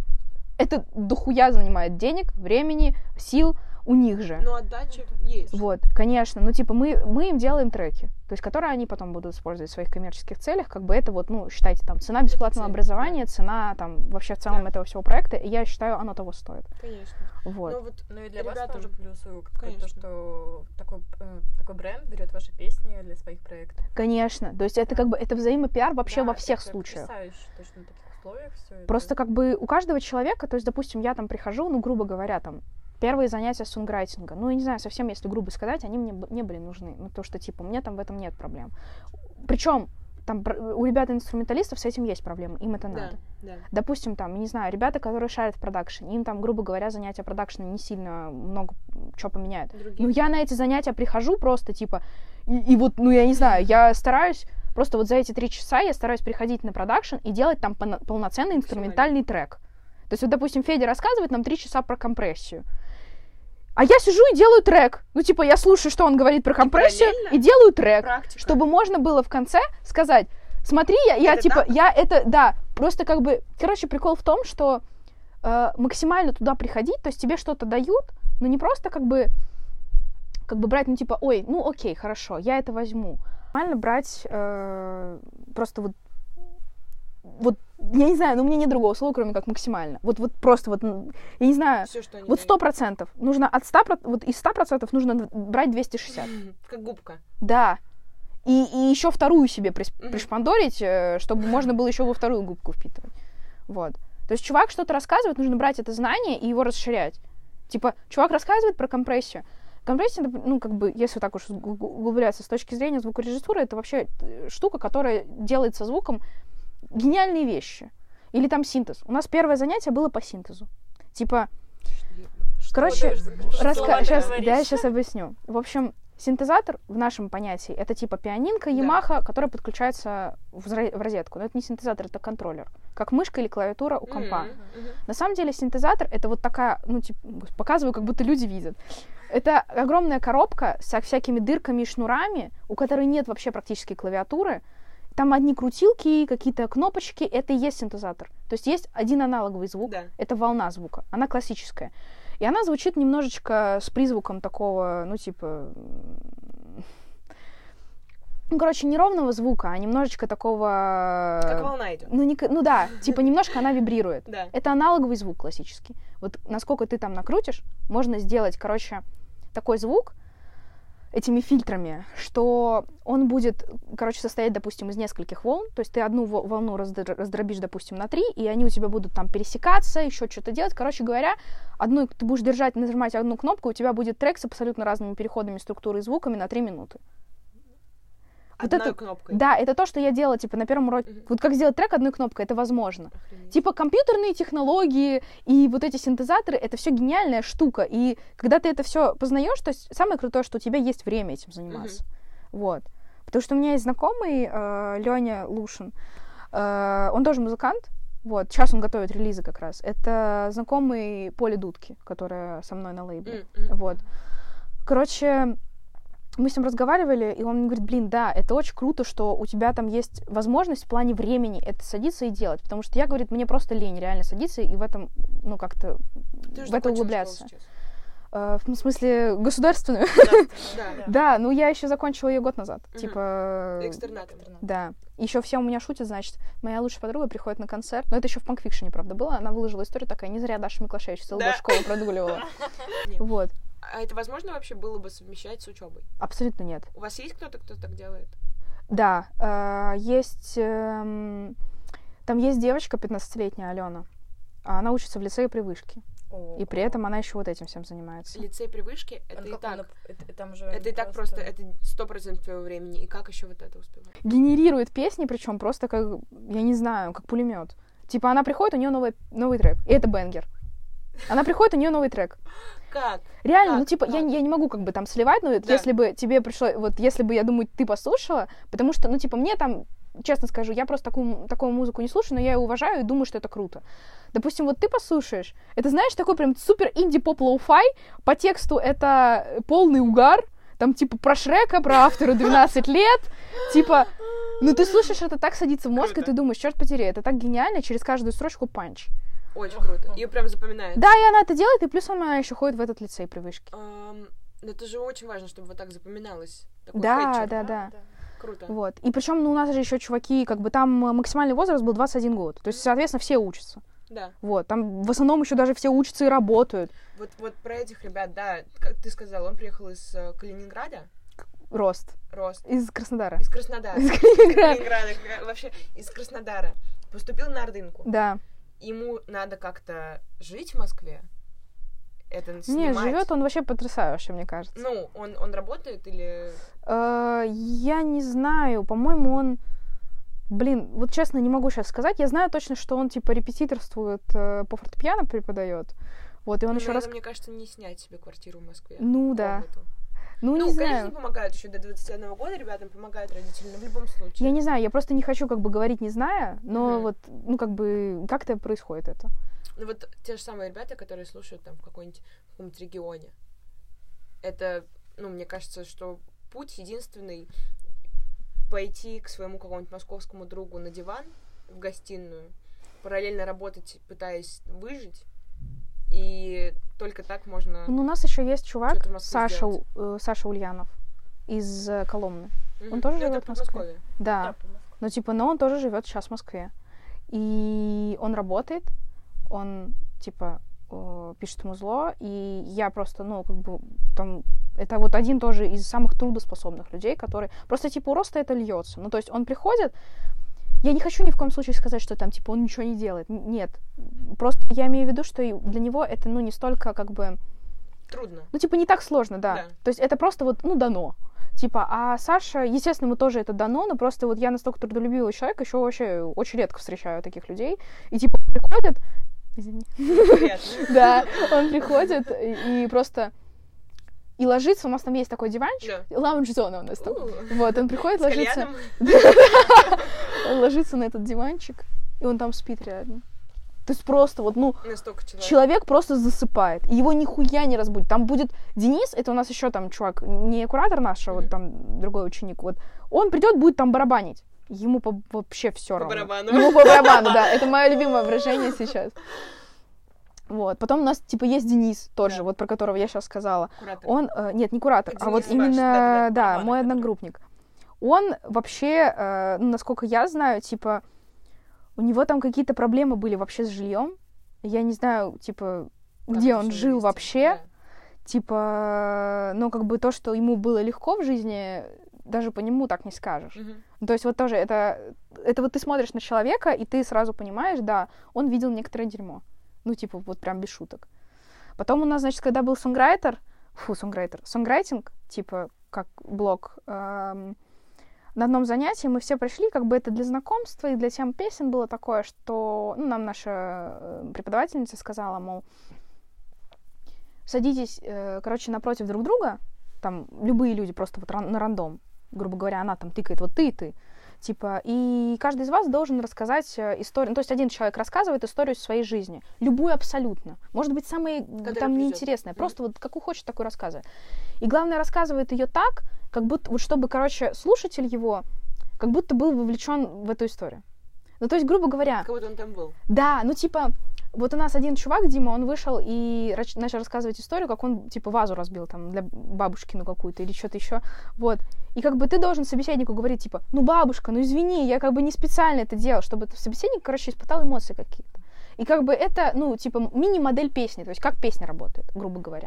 это дохуя занимает денег, времени, сил у них же. Но отдача есть. Вот, конечно. Ну, типа, мы, мы им делаем треки, то есть, которые они потом будут использовать в своих коммерческих целях. Как бы это вот, ну, считайте, там, цена бесплатного цель, образования, да. цена, там, вообще в целом да. этого всего проекта, и я считаю, оно того стоит. Конечно. Вот. Ну, вот, ну и для ребята вас тоже плюс то, что такой, э, такой бренд берет ваши песни для своих проектов. Конечно. То есть, это как бы, это взаимопиар вообще да, во всех это случаях. Потрясающе, точно на таких условиях все это. Просто как бы у каждого человека, то есть, допустим, я там прихожу, ну, грубо говоря, там, первые занятия сонграйтинга. Ну, я не знаю, совсем, если грубо сказать, они мне не были нужны. Ну, то, что, типа, мне там в этом нет проблем. Причем, там, у ребят-инструменталистов с этим есть проблемы, им это да, надо. Да. Допустим, там, не знаю, ребята, которые шарят в продакшене, им там, грубо говоря, занятия продакшена не сильно много чего поменяют. Другие. Ну, я на эти занятия прихожу просто, типа, и, и вот, ну, я не знаю, я стараюсь, просто вот за эти три часа я стараюсь приходить на продакшн и делать там полноценный инструментальный трек. То есть, вот, допустим, Федя рассказывает нам три часа про компрессию. А я сижу и делаю трек. Ну, типа, я слушаю, что он говорит про компрессию, и, и делаю трек. Практика. Чтобы можно было в конце сказать, смотри, я, я типа, так? я это, да, просто как бы, короче, прикол в том, что э, максимально туда приходить, то есть тебе что-то дают, но не просто как бы, как бы брать, ну, типа, ой, ну, окей, хорошо, я это возьму. Нормально брать э, просто вот, вот, я не знаю, но у меня нет другого слова, кроме как максимально. Вот, вот просто вот, я не знаю, Всё, что вот сто процентов. Нужно от ста процентов, вот из ста процентов нужно брать двести шестьдесят. Как губка. Да. И, и еще вторую себе приш, пришпандорить, чтобы можно было еще во вторую губку впитывать. Вот. То есть чувак что-то рассказывает, нужно брать это знание и его расширять. Типа, чувак рассказывает про компрессию. Компрессия, ну, как бы, если так уж углубляться с точки зрения звукорежиссуры, это вообще штука, которая делает со звуком гениальные вещи. Или там синтез. У нас первое занятие было по синтезу. Типа, что короче, раска... сейчас, да, я сейчас объясню. В общем, синтезатор в нашем понятии это типа пианинка Yamaha, да. которая подключается в, в розетку. Но это не синтезатор, это контроллер. Как мышка или клавиатура у компа. Mm-hmm. Mm-hmm. На самом деле синтезатор это вот такая, ну, типа, показываю, как будто люди видят. Это огромная коробка со всякими дырками и шнурами, у которой нет вообще практически клавиатуры. Там одни крутилки, какие-то кнопочки, это и есть синтезатор. То есть есть один аналоговый звук, да. это волна звука, она классическая. И она звучит немножечко с призвуком такого, ну, типа... Ну, короче, не ровного звука, а немножечко такого... Как волна идет. Ну, не... ну да, типа немножко она вибрирует. Да. Это аналоговый звук классический. Вот насколько ты там накрутишь, можно сделать, короче, такой звук, этими фильтрами, что он будет, короче, состоять, допустим, из нескольких волн, то есть ты одну волну раздробишь, допустим, на три, и они у тебя будут там пересекаться, еще что-то делать. Короче говоря, одну, ты будешь держать, нажимать одну кнопку, у тебя будет трек с абсолютно разными переходами структуры и звуками на три минуты. Вот одной это, кнопкой? Да, это то, что я делала, типа, на первом уроке. Uh-huh. Вот как сделать трек одной кнопкой, это возможно. Охренеть. Типа, компьютерные технологии и вот эти синтезаторы, это все гениальная штука. И когда ты это все познаешь, то есть самое крутое, что у тебя есть время этим заниматься. Uh-huh. Вот. Потому что у меня есть знакомый, э, Лёня Лушин, э, он тоже музыкант, Вот, сейчас он готовит релизы как раз. Это знакомый Поли Дудки, которая со мной на лейбле. Mm-hmm. Вот. Короче, мы с ним разговаривали, и он говорит, блин, да, это очень круто, что у тебя там есть возможность в плане времени это садиться и делать. Потому что я, говорит, мне просто лень реально садиться и в этом, ну, как-то Ты в это углубляться. Uh, в смысле, государственную? Да, да, ну я еще закончила ее год назад. Uh-huh. Типа... Экстернат. Да. Еще все у меня шутят, значит, моя лучшая подруга приходит на концерт, но это еще в панкфикшене, правда, было, она выложила историю такая, не зря Даша Миклашевич целую да. школу прогуливала. Вот. А это возможно вообще было бы совмещать с учебой? Абсолютно нет. У вас есть кто-то, кто так делает? Да, э, есть... Э, там есть девочка пятнадцатилетняя, Алена. Она учится в лицее при вышке. О, и при этом она еще вот этим всем занимается. Лицей при вышке, это и так. На... Это, там же это и так просто, это сто процентов твоего времени. И как еще вот это успевать? Генерирует песни, причем просто как, я не знаю, как пулемет. Типа она приходит, у нее новый, новый трек. И это бенгер. Она приходит, у нее новый трек. Как? Реально, как? ну типа, как? Я, я не могу как бы там сливать, но да. если бы тебе пришло, вот если бы, я думаю, ты послушала, потому что, ну типа, мне там, честно скажу, я просто такую, такую музыку не слушаю, но я ее уважаю и думаю, что это круто. Допустим, вот ты послушаешь, это, знаешь, такой прям супер инди-поп-лоу-фай, по тексту это полный угар, там типа про Шрека, про автора двенадцать лет, типа, ну ты слушаешь, это так садится в мозг, круто. И ты думаешь, черт подери, это так гениально, через каждую строчку панч. Очень круто. Ее прям запоминается. Да, и она это делает, и плюс она еще ходит в этот лицей при вышке. Um, это же очень важно, чтобы вот так запоминалось. Такой да, пэтчер. да, да, да. Круто. Вот. И причем, ну, у нас же еще чуваки, как бы там максимальный возраст был двадцать один год. То есть, соответственно, все учатся. Да. Вот. Там в основном еще даже все учатся и работают. Вот, вот про этих ребят, да, как ты сказала, он приехал из uh, Калининграда. Рост. Рост. Из Краснодара. Из Краснодара. Из Калининграда. Калининграда. Вообще, из Краснодара. Поступил на Ордынку. Да. Ему надо как-то жить в Москве? Это снимать? Нет, живет он вообще потрясающе, мне кажется. Ну, он, он работает или... Э, я не знаю, по-моему, он... Блин, вот честно, не могу сейчас сказать. Я знаю точно, что он, типа, репетиторствует, э, по фортепиано преподает. Вот, и он ну, еще раз... мне кажется, не снять себе квартиру в Москве. Ну, да. Ну, ну, не конечно, знаю. помогают еще до двадцати одного года ребятам, помогают родители, но в любом случае. Я не знаю, я просто не хочу как бы говорить не зная, но mm-hmm. вот, ну, как бы, как-то происходит это. Ну, вот те же самые ребята, которые слушают там в какой-нибудь, в каком-нибудь регионе. Это, ну, мне кажется, что путь единственный пойти к своему какому-нибудь московскому другу на диван в гостиную, параллельно работать, пытаясь выжить, и только так можно... Ну, у нас еще есть чувак, Саша, э, Саша Ульянов из э, Коломны. Mm-hmm. Он тоже ну, живет в Москве. Да. да ну, типа, но он тоже живет сейчас в Москве. И он работает, он, типа, э, пишет музло, и я просто, ну, как бы, там, это вот один тоже из самых трудоспособных людей, который... Просто, типа, у Роста это льется. Ну, то есть он приходит... Я не хочу ни в коем случае сказать, что там, типа, он ничего не делает. Нет. Просто я имею в виду, что для него это, ну, не столько, как бы... Трудно. Ну, типа, не так сложно, да. да. То есть это просто вот, ну, дано. Типа, а Саша, естественно, ему тоже это дано, но просто вот я настолько трудолюбивый человек, еще вообще очень редко встречаю таких людей. И, типа, приходит... Извини. Да, он приходит и просто... И ложится, у нас там есть такой диванчик, yeah. лаунж-зона у нас там. Uh, вот, он приходит, ложится... Он ложится на этот диванчик, и он там спит рядом. То есть просто вот, ну... Человек. человек просто засыпает, и его нихуя не разбудит. Там будет Денис, это у нас еще там чувак, не куратор наш, а вот там другой ученик, вот. Он придет, будет там барабанить. Ему по- вообще все равно. По барабану. Ему по барабану, да. Это мое любимое выражение сейчас. Вот. Потом у нас, типа, есть Денис тоже, да. вот про которого я сейчас сказала. Куратор. Он, э, нет, не куратор, Денис а вот ваш, именно, да, да, да, да, мой да, одногруппник. Он вообще, э, ну, насколько я знаю, типа, у него там какие-то проблемы были вообще с жильем. Я не знаю, типа, как где он жил вместе? Вообще. Да. Типа, ну, как бы то, что ему было легко в жизни, даже по нему так не скажешь. Угу. То есть вот тоже это, это вот ты смотришь на человека, и ты сразу понимаешь, да, он видел некоторое дерьмо. Ну, типа, вот прям без шуток. Потом у нас, значит, когда был сонграйтер, фу, сонграйтер, сонграйтинг, типа, как блог, эм, на одном занятии мы все пришли, как бы это для знакомства и для тем песен было такое, что, ну, нам наша преподавательница сказала, мол, садитесь, э, короче, напротив друг друга, там, любые люди просто вот ран- на рандом, грубо говоря, она там тыкает, вот ты и ты, Типа, и каждый из вас должен рассказать историю, ну, то есть один человек рассказывает историю своей жизни, любую абсолютно, может быть, самая там неинтересная, mm-hmm. просто вот какую хочет, такую рассказывает. И главное, рассказывает ее так, как будто, вот чтобы, короче, слушатель его, как будто был вовлечен в эту историю. Ну, то есть, грубо говоря... Как будто он там был. Да, ну, типа, вот у нас один чувак, Дима, он вышел и рач- начал рассказывать историю, как он, типа, вазу разбил там для бабушки, ну, какую-то, или что-то еще, вот. И как бы ты должен собеседнику говорить, типа, ну, бабушка, ну, извини, я как бы не специально это делал, чтобы собеседник, короче, испытал эмоции какие-то. И как бы это, ну, типа, мини-модель песни, то есть как песня работает, грубо говоря.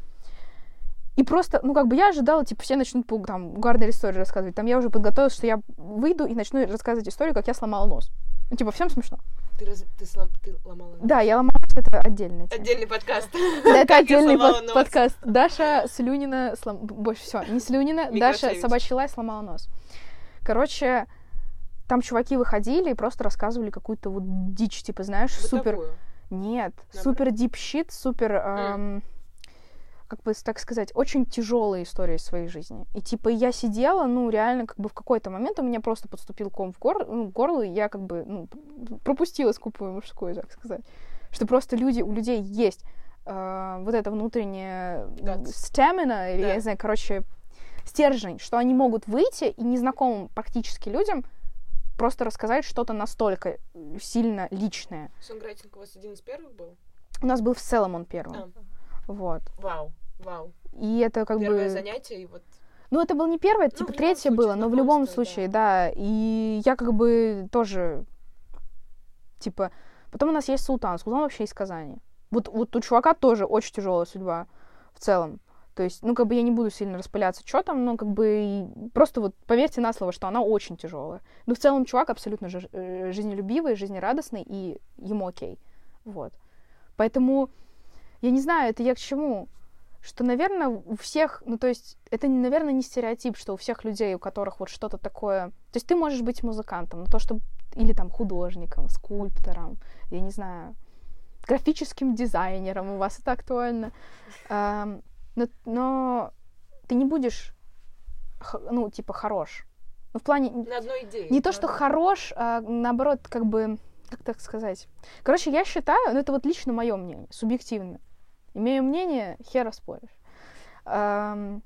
И просто, ну, как бы я ожидала, типа, все начнут, там, угарные истории рассказывать. Там я уже подготовилась, что я выйду и начну рассказывать историю, как я сломала нос. Ну, типа, всем смешно. Ты, раз... ты, слом... ты ломала нос? Да, я ломала, это отдельная тема. Отдельный подкаст. Да, это отдельный под- подкаст. Даша Слюнина, слом... больше всего, не Слюнина, Даша Собачий лай сломала нос. Короче, там чуваки выходили и просто рассказывали какую-то вот дичь, типа, знаешь, супер... Нет, супер дип-щит, супер... Эм... как бы, так сказать, очень тяжелые истории из своей жизни. И, типа, я сидела, ну, реально, как бы, в какой-то момент у меня просто подступил ком в гор... ну, горло, и я, как бы, ну, пропустила скупую мужскую, так сказать. Что просто люди, у людей есть э, вот это внутреннее стамина, или, да. я не знаю, короче, стержень, что они могут выйти и незнакомым практически людям просто рассказать что-то настолько сильно личное. Сонграйтинг у вас один из первых был? У нас был в целом он первым. А. Вот. Вау, вау. И это как Первое бы... Первое занятие, и вот... Ну, это было не первое, ну, типа третье было, но в любом случае, да. да. И я как бы тоже, типа... Потом у нас есть Султан. Султан вообще из Казани. Вот, вот у чувака тоже очень тяжелая судьба в целом. То есть, ну, как бы я не буду сильно распыляться, что там, но как бы просто вот поверьте на слово, что она очень тяжелая. Но в целом чувак абсолютно жи- жизнелюбивый, жизнерадостный, и ему окей. Вот. Поэтому... Я не знаю, это я к чему? Что, наверное, у всех, ну, то есть, это, наверное, не стереотип, что у всех людей, у которых вот что-то такое... То есть ты можешь быть музыкантом, но то, что... Или там художником, скульптором, я не знаю, графическим дизайнером, у вас это актуально. А, но, но ты не будешь, ну, типа, хорош. Ну, в плане... На одной идее. Не то, что хорош, а наоборот, как бы... Как так сказать? Короче, я считаю, ну, это вот лично мое мнение, субъективно. Имею мнение, хер оспоришь. Эм,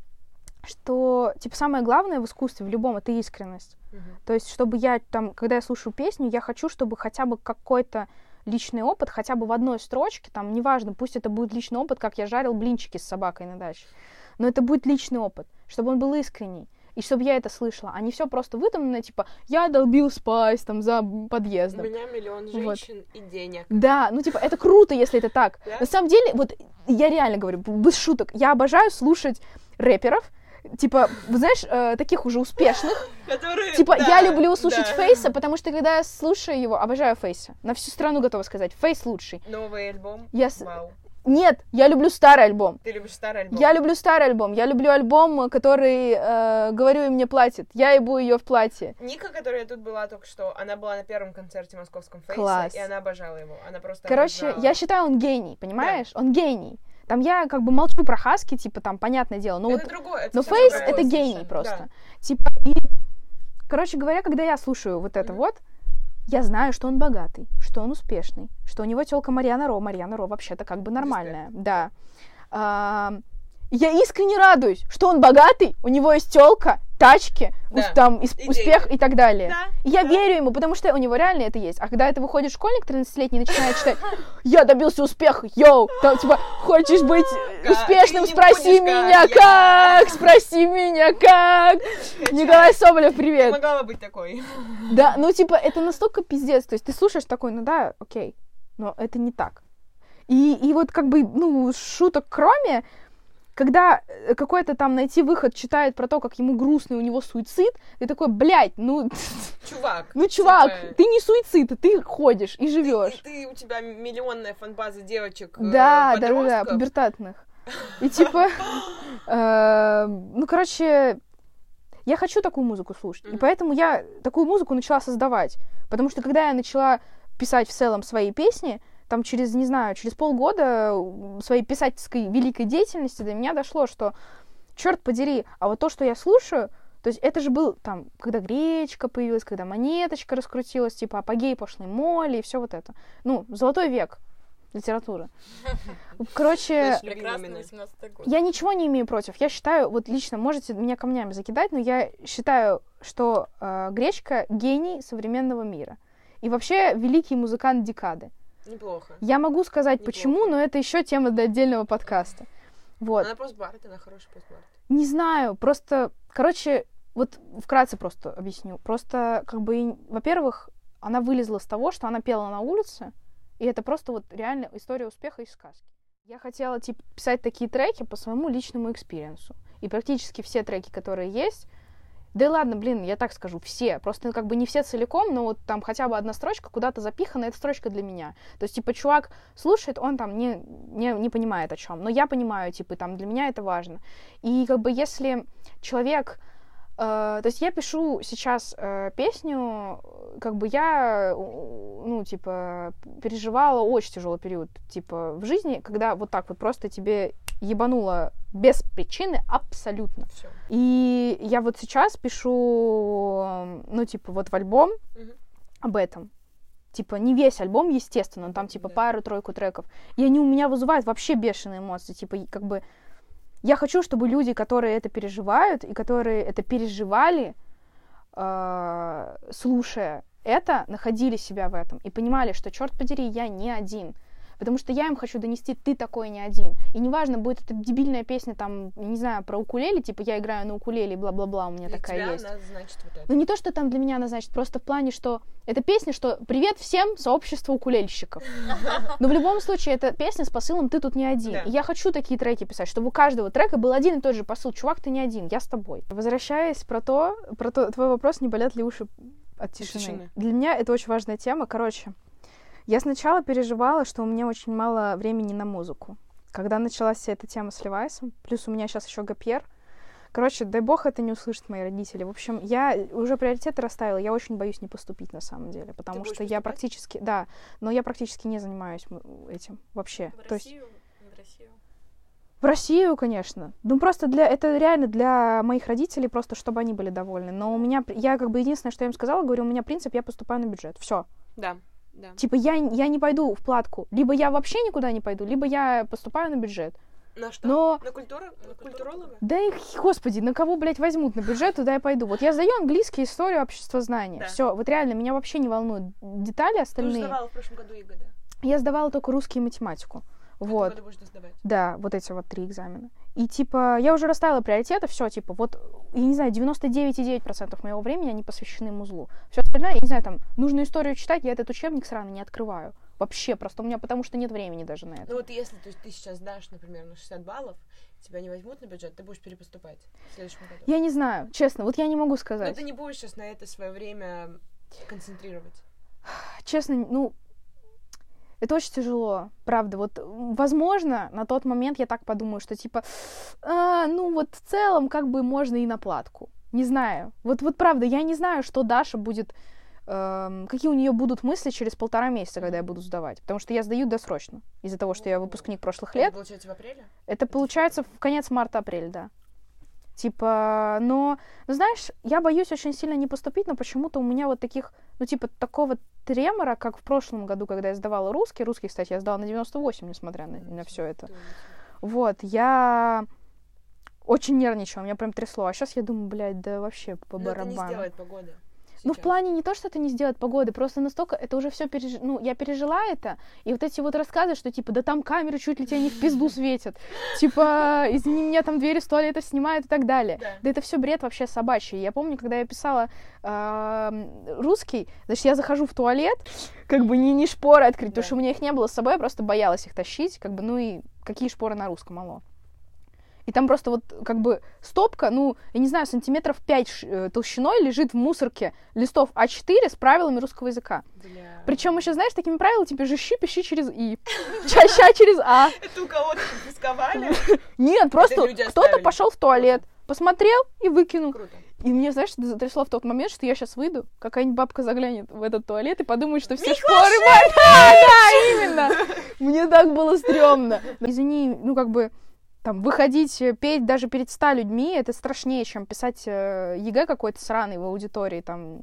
что, типа, самое главное в искусстве, в любом, это искренность. Uh-huh. То есть, чтобы я там, когда я слушаю песню, я хочу, чтобы хотя бы какой-то личный опыт, хотя бы в одной строчке, там, неважно, пусть это будет личный опыт, как я жарил блинчики с собакой на даче, но это будет личный опыт, чтобы он был искренний. И чтобы я это слышала, а не все просто выдуманное, типа, я долбил спайс там за подъездом. У меня миллион женщин вот. И денег. Да, ну, типа, это круто, если это так. Да? На самом деле, вот, я реально говорю, без шуток, я обожаю слушать рэперов, типа, знаешь, э, таких уже успешных. Которые, типа, да, я люблю слушать да. Фейса, потому что, когда я слушаю его, обожаю Фейса. На всю страну готова сказать, Фейс лучший. Новый альбом? Я... Вау. Нет, я люблю старый альбом. Ты любишь старый альбом? Я люблю старый альбом. Я люблю альбом, который, э, говорю, и мне платит. Я ебу ее в платье. Ника, которая тут была только что, она была на первом концерте в московском Фейсе, Класс. И она обожала его. Она просто Короче, обожала. Я считаю, он гений, понимаешь? Да. Он гений. Там я как бы молчу про хаски, типа, там, понятное дело. Но это вот, другое. Это но Фейс — это гений совершенно. Просто. Да. Типа, и, короче говоря, когда я слушаю вот это mm-hmm. вот, я знаю, что он богатый, что он успешный, что у него тёлка Марьяна Ро. Марьяна Ро вообще-то как бы нормальная. Респект. Да. А, я искренне радуюсь, что он богатый, у него есть тёлка, тачки, да. ус- там, ис- и успех деньги. И так далее. Да. И я да. верю ему, потому что у него реально это есть. А когда это выходит школьник тринадцатилетний и начинает читать «Я добился успеха, йоу!» Там типа «Хочешь быть как? успешным? Спроси меня как! как! Спроси меня как!» Николай Соболев, привет! Могла быть такой. Да, ну типа это настолько пиздец. То есть ты слушаешь такой, ну да, окей, но это не так. И, и вот как бы, ну, шуток кроме... Когда какой-то там найти выход читает про то, как ему грустно, и у него суицид, ты такой, блядь, ну... Чувак. Ну, чувак, типа... ты не суицид, ты ходишь и живешь. Ты, ты, у тебя миллионная фан-база девочек, да, э, да, да, да, пубертатных. И типа, ну, короче, я хочу такую музыку слушать. И поэтому я такую музыку начала создавать. Потому что когда я начала писать в целом свои песни, там через, не знаю, через полгода своей писательской великой деятельности до меня дошло, что, черт подери, а вот то, что я слушаю, То есть это же был там, когда гречка появилась, когда монеточка раскрутилась, типа апогей пошлой моли и все вот это. Ну, золотой век литературы. Короче, я ничего не имею против. Я считаю, вот лично можете меня камнями закидать, но я считаю, что э, гречка гений современного мира. И вообще великий музыкант декады. Неплохо. Я могу сказать, Неплохо. Почему, но это еще тема для отдельного подкаста. Вот. Она постбард, она хороший постбард. Не знаю, просто, короче, вот вкратце просто объясню. Просто, как бы, во-первых, она вылезла с того, что она пела на улице, и это просто вот реально история успеха из сказки. Я хотела, типа, писать такие треки по своему личному экспириенсу. И практически все треки, которые есть, да и ладно, блин, я так скажу, все. Просто как бы не все целиком, но вот там хотя бы одна строчка куда-то запихана, эта строчка для меня. То есть, типа, чувак слушает, он там не, не, не понимает о чем. Но я понимаю, типа, там для меня это важно. И как бы если человек... Э, то есть я пишу сейчас э, песню, как бы я, ну, типа, переживала очень тяжелый период, типа, в жизни, когда вот так вот просто тебе ебануло без причины абсолютно. Всё. И я вот сейчас пишу, ну, типа, вот в альбом Угу. об этом. Типа, не весь альбом, естественно, но там, типа, Да. пару-тройку треков. И они у меня вызывают вообще бешеные эмоции. Типа, и как бы... Я хочу, чтобы люди, которые это переживают, и которые это переживали, э, слушая это, находили себя в этом. И понимали, что, черт подери, я не один. Потому что я им хочу донести, ты такой не один. И неважно, будет это дебильная песня, там, не знаю, про укулеле, типа, я играю на укулеле, бла-бла-бла, у меня Для такая тебя есть. она значит вот это. Ну, не то, что там для меня она значит, просто в плане, что это песня, что «Привет всем, сообщество укулельщиков». Но в любом случае, это песня с посылом «Ты тут не один». Да. И я хочу такие треки писать, чтобы у каждого трека был один и тот же посыл. Чувак, ты не один, я с тобой. Возвращаясь про то, про то, твой вопрос, не болят ли уши от тишины. Тишины. Для меня это очень важная тема. Короче, я сначала переживала, что у меня очень мало времени на музыку. Когда началась вся эта тема с Левайсом, плюс у меня сейчас еще гапьер. Короче, дай бог это не услышат мои родители. В общем, я уже приоритеты расставила, я очень боюсь не поступить на самом деле, потому Ты что будешь я поступать? практически, да, но я практически не занимаюсь м- этим вообще. В То есть Россию? Не в Россию? в Россию, конечно. Ну, просто для... Это реально для моих родителей, просто чтобы они были довольны. Но у меня... Я как бы единственное, что я им сказала, говорю, у меня принцип, я поступаю на бюджет. Все. Да, да. Типа, я, я не пойду в платку. Либо я вообще никуда не пойду, либо я поступаю на бюджет. На что? Но... На культуру? На культуролога? Да их, господи, на кого, блядь, возьмут на бюджет, туда я пойду. Вот я сдаю английский, историю, обществознание. Да. Все, вот реально, меня вообще не волнуют детали Ты уже остальные. сдавала в прошлом году ЕГЭ, да? Я сдавала только русский и математику. В этом Вот. году будешь сдавать. Да, вот эти вот три экзамена. И, типа, я уже расставила приоритеты, все, типа, вот, я не знаю, девяносто девять целых девять десятых процента моего времени они посвящены музлу. Все остальное, я не знаю, там, нужную историю читать, я этот учебник сраный не открываю. Вообще, просто у меня, потому что нет времени даже на это. Ну вот если то есть, ты сейчас сдашь, например, на шестьдесят баллов, тебя не возьмут на бюджет, ты будешь перепоступать в следующем году. Я не знаю, честно, вот я не могу Но сказать. ты не будешь сейчас на это свое время концентрировать. Честно, ну, это очень тяжело, правда. Вот, возможно, на тот момент я так подумаю, что, типа, а, ну, вот в целом, как бы, можно и на платку. Не знаю. Вот, вот правда, я не знаю, что Даша будет, эм, какие у нее будут мысли через полтора месяца, когда я буду сдавать. Потому что я сдаю досрочно, из-за того, что я выпускник прошлых лет. Это получается в апреле? Это получается в конец марта-апрель, да. Типа, но, ну, знаешь, я боюсь очень сильно не поступить, но почему-то у меня вот таких, ну, типа, такого тремора, как в прошлом году, когда я сдавала русский. Русский, кстати, я сдала на девяносто восемь, несмотря на, на все это. Вот, я очень нервничала, меня прям трясло. А сейчас я думаю, блядь, да вообще по Но барабану. это не сделает погода. Ну, в сейчас. плане не то, что это не сделает погоды, просто настолько это уже все переж... ну, я пережила это, и вот эти вот рассказы, что типа, да там камеры чуть ли тебя не в пизду светят, типа, извини меня, там двери с туалета снимают и так далее. Да. Да это все бред вообще собачий. Я помню, когда я писала э, русский, значит, я захожу в туалет, как бы не, не шпоры открыть, Да. потому что у меня их не было с собой, я просто боялась их тащить, как бы, ну и какие шпоры на русском, алло. И там просто вот как бы стопка, ну, я не знаю, сантиметров пять ш- толщиной лежит в мусорке листов а четыре с правилами русского языка. Бля. Причем еще, знаешь, такими правилами, типа, жищи, пиши через и, чаща через а. Это у кого-то конфисковали? Нет, просто люди кто-то оставили. пошел в туалет, посмотрел и выкинул. Круто. И мне, знаешь, это затрясло в тот момент, что я сейчас выйду, какая-нибудь бабка заглянет в этот туалет и подумает, что все шпоры мои. Да, да, именно. Мне так было стрёмно. Извини, ну как бы, там, выходить, петь даже перед ста людьми, это страшнее, чем писать ЕГЭ какой-то сраный в аудитории, там,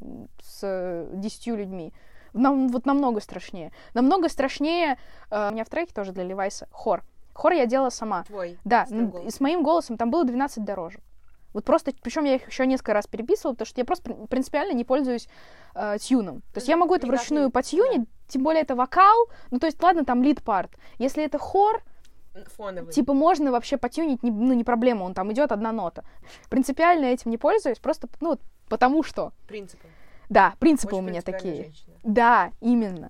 с десятью людьми. Нам, вот намного страшнее. Намного страшнее... Э, у меня в треке тоже для Левайса хор. Хор я делала сама. Твой? Да, с, с моим голосом там было двенадцать дорожек. Вот просто, причем я их еще несколько раз переписывала, потому что я просто принципиально не пользуюсь э, тьюном. То есть я могу это вручную потьюнить, да. Тем более это вокал, ну то есть ладно, там лид-парт. Если это хор, фоновый. Типа можно вообще потюнить, не, ну не проблема, он там идет одна нота. Принципиально этим не пользуюсь, просто, ну, потому что. Принципы. Да, принципы Очень у меня такие. Женщина. Да, именно.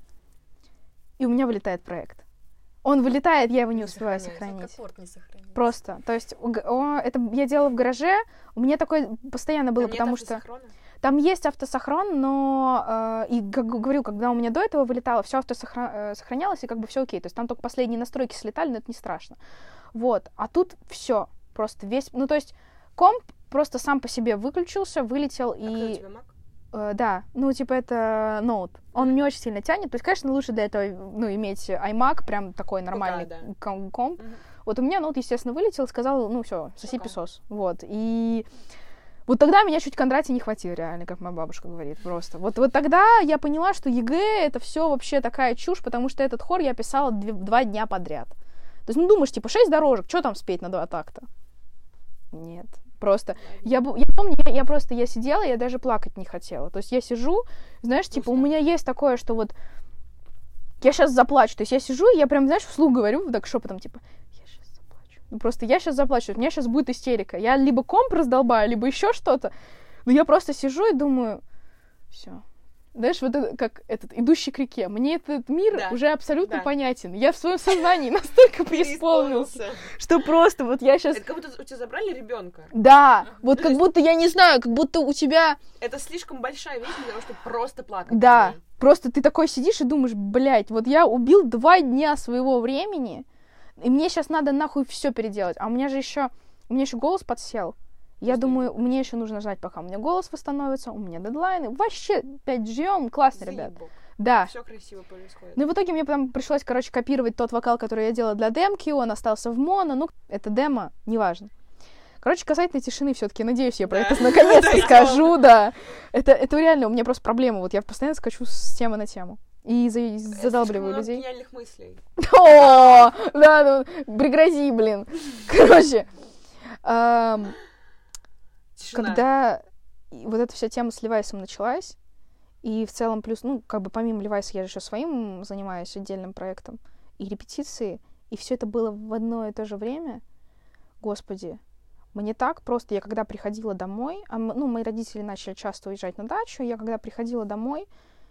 И у меня вылетает проект. Он вылетает, я его не, не успеваю сохранить. Комфорт не сохранить. Просто. То есть о, это я делала в гараже, у меня такое постоянно было, там потому нет что... автосохрона? Там есть автосохрон, но, э, и, как говорю, когда у меня до этого вылетало, все автосохранялось, и как бы все окей. То есть там только последние настройки слетали, но это не страшно. Вот. А тут все просто весь... Ну, то есть комп просто сам по себе выключился, вылетел, а и... Кто у тебя, Mac? Э, да, ну, типа, это ноут. Он не очень сильно тянет. То есть, конечно, лучше для этого, ну, иметь iMac, прям такой нормальный ну, да, да. ком- комп. Угу. Вот у меня ноут, естественно, вылетел и сказал, ну, все, соси песос. Вот. И вот тогда меня чуть Кондратий не хватило, реально, как моя бабушка говорит, просто. Вот, вот тогда я поняла, что ЕГЭ — это все вообще такая чушь, потому что этот хор я писала дв- два дня подряд. То есть, ну, думаешь, типа, шесть дорожек, что там спеть на два такта? Нет. Просто, я, я помню, я, я просто, я сидела, я даже плакать не хотела. То есть я сижу, знаешь, типа, у меня есть такое, что вот я сейчас заплачу. То есть я сижу, и я прям, знаешь, вслух говорю, так шепотом, типа, я сейчас заплачу. Ну, просто я сейчас заплачу, у меня сейчас будет истерика. Я либо комп раздолбаю, либо еще что-то. Но я просто сижу и думаю, все. Знаешь, вот это, как этот, идущий к реке. Мне этот мир да, уже абсолютно да. понятен. Я в своем сознании настолько преисполнился, что просто вот я сейчас... Это как будто у тебя забрали ребенка. Да, вот как будто, я не знаю, как будто у тебя... Это слишком большая вещь для того, чтобы просто плакать. Да, просто ты такой сидишь и думаешь, блядь, вот я убил два дня своего времени, и мне сейчас надо нахуй все переделать. А у меня же еще, у меня еще голос подсел. Я Просто думаю, идет. Мне еще нужно ждать, пока у меня голос восстановится, у меня дедлайны. Вообще, опять живем, классно, Заебок. ребят. Да. Все красиво происходит. Ну и в итоге мне потом пришлось, короче, копировать тот вокал, который я делала для демки, он остался в моно, ну, это демо, неважно. Короче, касательно тишины все-таки, надеюсь, я про да. это наконец-то скажу, да. Это, это реально, у меня просто проблема, вот я постоянно скачу с темы на тему. И за, задалбливаю это людей. Гениальных мыслей. О, да, ну, пригрози, блин. Короче, когда вот эта вся тема с Левайсом началась, и в целом плюс, ну, как бы помимо Левайса я же еще своим занимаюсь отдельным проектом, и репетиции, и все это было в одно и то же время, господи, мне так просто, я когда приходила домой, а, ну, мои родители начали часто уезжать на дачу, я когда приходила домой,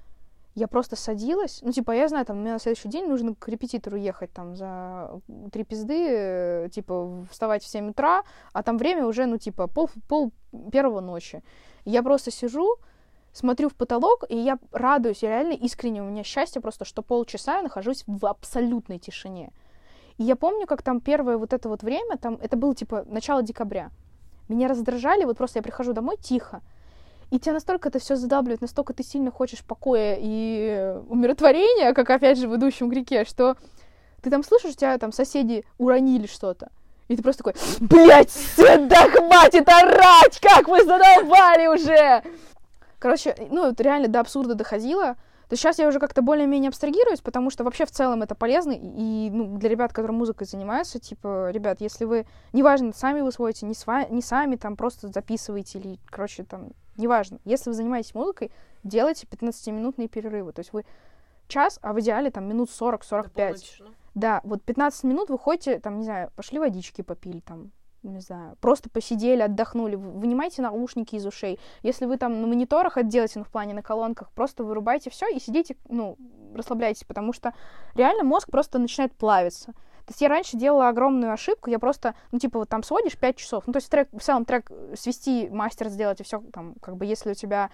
я просто садилась, ну, типа, я знаю, там, мне на следующий день нужно к репетитору ехать, там, за три пизды, типа, вставать в семь утра, а там время уже, ну, типа, пол, пол первого ночи. И я просто сижу, смотрю в потолок, и я радуюсь, я реально искренне, у меня счастье просто, что полчаса я нахожусь в абсолютной тишине. И я помню, как там первое вот это вот время, там, это было, типа, начало декабря. Меня раздражали, вот просто я прихожу домой, тихо, и тебя настолько это все задавливает, настолько ты сильно хочешь покоя и умиротворения, как, опять же, в «Идущем к реке», что ты там слышишь, у тебя там соседи уронили что-то, и ты просто такой, блядь, да хватит орать, как вы задолбали уже! Короче, ну, это реально до абсурда доходило. То есть сейчас я уже как-то более-менее абстрагируюсь, потому что вообще в целом это полезно, и, ну, для ребят, которые музыкой занимаются, типа, ребят, если вы, неважно, сами вы сводите, не, сва- не сами, там, просто записываете или, короче, там, неважно. Если вы занимаетесь музыкой, делайте пятнадцатиминутные перерывы. То есть вы час, а в идеале там минут сорок-сорок пять. Да, вот пятнадцать минут вы ходите, там, не знаю, пошли водички попили, там, не знаю, просто посидели, отдохнули. Вынимайте наушники из ушей. Если вы там на мониторах это делаете, ну, в плане на колонках, просто вырубайте все и сидите, ну, расслабляйтесь, потому что реально мозг просто начинает плавиться. То есть я раньше делала огромную ошибку, я просто, ну, типа, вот там сводишь пять часов, ну, то есть трек, в целом трек свести, мастер сделать, и все, там, как бы, если у тебя,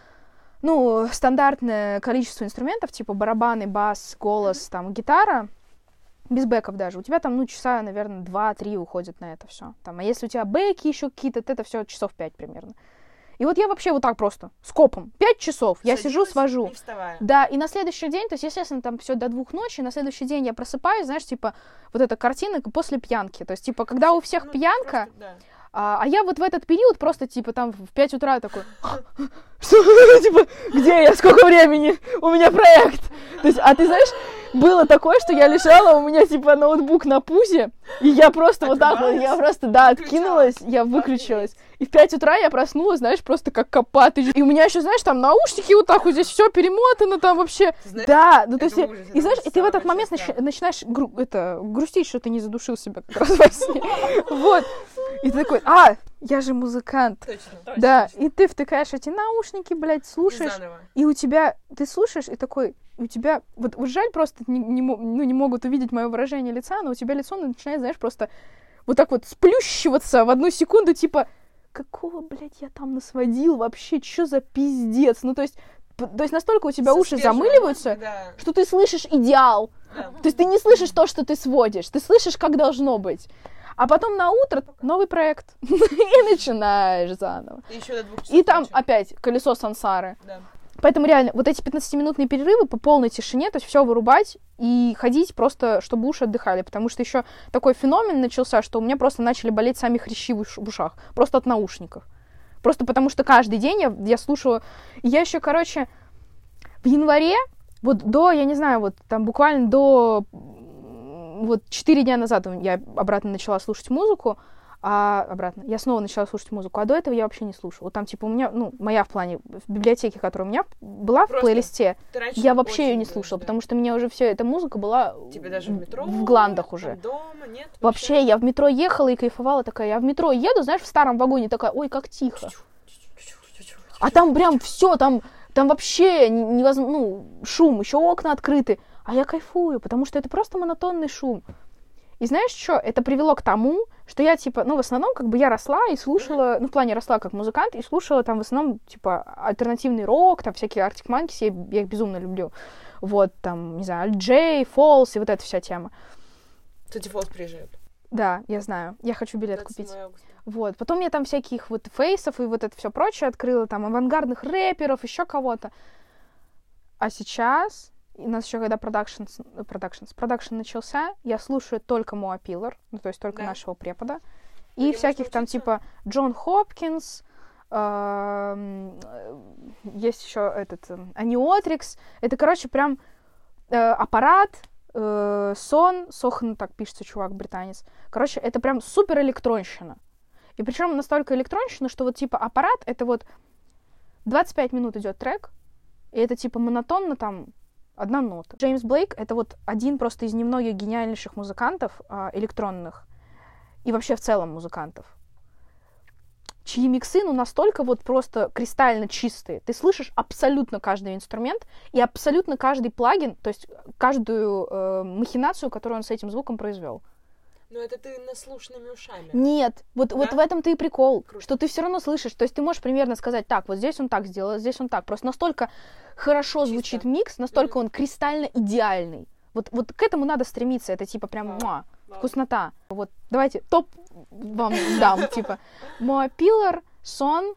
ну, стандартное количество инструментов, типа барабаны, бас, голос, там, гитара, без бэков даже, у тебя там, ну, часа, наверное, два-три уходят на это все. Там, а если у тебя бэки еще какие-то, то это все часов пять примерно. И вот я вообще вот так просто, скопом, пять часов, я Садилась, сижу, свожу. не вставая. Да, и на следующий день, то есть, естественно, там все до двух ночи, на следующий день я просыпаюсь, знаешь, типа, вот эта картина после пьянки. То есть, типа, когда у всех ну, пьянка, просто, да. а, а я вот в этот период просто, типа, там в пять утра такой, что, типа, где я, сколько времени, у меня проект. То есть, а ты знаешь, было такое, что я лежала, у меня, типа, ноутбук на пузе, и я просто вот так вот, я просто, да, откинулась, я выключилась. И в пять утра я проснулась, знаешь, просто как копаты. И у меня еще, знаешь, там наушники вот так вот, здесь все перемотано, там вообще. Знаешь, да, ну то есть, ужас, и знаешь, и ты в этот момент начи- начинаешь гру- это, грустить, что ты не задушил себя как раз во сне. Вот. И ты такой, а, я же музыкант. Точно. Да, и ты втыкаешь эти наушники, блядь, слушаешь. И у тебя, ты слушаешь, и такой, у тебя, вот, вот жаль просто, не, не, ну, не могут увидеть мое выражение лица, но у тебя лицо начинает, знаешь, просто вот так вот сплющиваться в одну секунду, типа, какого, блядь, я там насводил вообще, что за пиздец? Ну, то есть, п- то есть настолько у тебя Со уши замыливаются, мозг, да. что ты слышишь идеал. Да. То есть ты не слышишь то, что ты сводишь, ты слышишь, как должно быть. А потом на утро новый проект. И начинаешь заново. И, еще до двух часов И там ночи. Опять колесо сансары. Да. Поэтому реально, вот эти пятнадцатиминутные перерывы по полной тишине, то есть все вырубать и ходить просто, чтобы уши отдыхали. Потому что еще такой феномен начался, что у меня просто начали болеть сами хрящи в ушах. Просто от наушников. Просто потому что каждый день я, я слушаю... И я еще, короче, в январе, вот до, я не знаю, вот там буквально до... Вот четыре дня назад я обратно начала слушать музыку, а обратно, я снова начала слушать музыку, а до этого я вообще не слушала. Вот там, типа, у меня, ну, моя в плане, в библиотеке, которая у меня была Просто в плейлисте, я вообще ее не слушала, да. Потому что меня уже все эта музыка была Тебе даже в, метро, в гландах уже. Дома, нет, вообще, вообще, я в метро ехала и кайфовала такая, я в метро еду, знаешь, в старом вагоне такая, ой, как тихо. А там прям все, там, там вообще невозможно, ну, шум, еще окна открыты, а я кайфую, потому что это просто монотонный шум. И знаешь что? Это привело к тому, что я, типа, ну, в основном, как бы, я росла и слушала, ну, в плане росла как музыкант, и слушала там в основном, типа, альтернативный рок, там, всякие Arctic Monkeys, я, я их безумно люблю. Вот, там, не знаю, Джей, Фолс и вот эта вся тема. Кстати, Фолс приезжают. Да, я знаю. Я хочу билет купить. Вот. Потом я там всяких вот фейсов и вот это все прочее открыла, там, авангардных рэперов, еще кого-то. А сейчас... И у нас еще когда продакшн, продакшн, продакшн начался, я слушаю только Моа Пиллар, ну, то есть только да. нашего препода. И да, всяких там типа Джон Хопкинс, э, есть еще этот Аниотрикс. Это, короче, прям э, аппарат, э, сон, Сохан, так пишется, чувак, британец. Короче, это прям супер электронщина. И причем настолько электронщина, что вот типа аппарат, это вот двадцать пять минут идет трек, и это типа монотонно там одна нота. Джеймс Блейк — это вот один просто из немногих гениальнейших музыкантов а, электронных и вообще в целом музыкантов, чьи миксы, ну, настолько вот просто кристально чистые. Ты слышишь абсолютно каждый инструмент и абсолютно каждый плагин, то есть каждую э, махинацию, которую он с этим звуком произвел. Но это ты наслушанными ушами. Нет, вот, да? вот в этом-то и прикол, Круто. Что ты все равно слышишь. То есть ты можешь примерно сказать, так, вот здесь он так сделал, здесь он так. Просто настолько хорошо Чисто. звучит микс, настолько mm-hmm. он кристально идеальный. Вот, вот к этому надо стремиться, это типа прям wow. муа, wow. вкуснота. Вот, давайте топ вам дам, типа Моа Пиллар, Сон,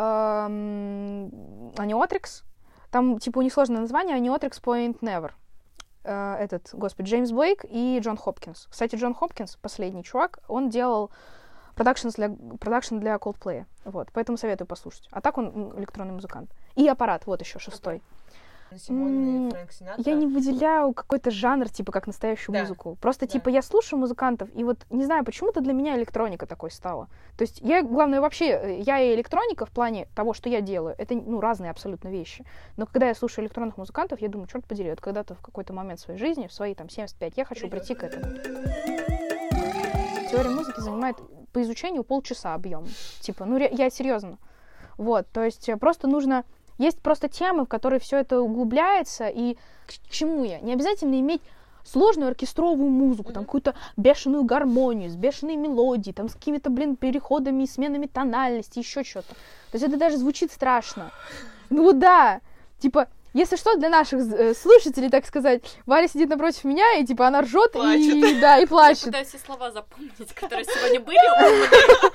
Аниотрикс. Там типа у них сложное название, Аниотрикс Point Never. Этот, господи, Джеймс Блейк и Джон Хопкинс. Кстати, Джон Хопкинс, последний чувак, он делал продакшн для, продакшн для Coldplay. Вот, поэтому советую послушать. А так он электронный музыкант. И аппарат, вот еще, шестой. Симон и Фрэнк Синатра. Я не выделяю какой-то жанр, типа, как настоящую да. музыку. Просто, да. типа, я слушаю музыкантов, и вот, не знаю, почему-то для меня электроника такой стала. То есть я, главное, вообще, я и электроника в плане того, что я делаю, это, ну, разные абсолютно вещи. Но когда я слушаю электронных музыкантов, я думаю, черт подери, вот когда-то в какой-то момент своей жизни, в свои, там, семьдесят пять, я хочу Придёт. прийти к этому. Теория музыки занимает по изучению полчаса объем. Типа, ну, я серьезно. Вот, то есть просто нужно... Есть просто темы, в которые все это углубляется, и к, к чему я? Не обязательно иметь сложную оркестровую музыку, mm-hmm. там какую-то бешеную гармонию, с бешеной мелодией, там с какими-то, блин, переходами, сменами тональности, еще что-то. То есть это даже звучит страшно. Ну да, типа, если что, для наших э, слушателей, так сказать, Варя сидит напротив меня, и типа она ржет и, да, и плачет. Я пытаюсь все слова запомнить, которые сегодня были умные.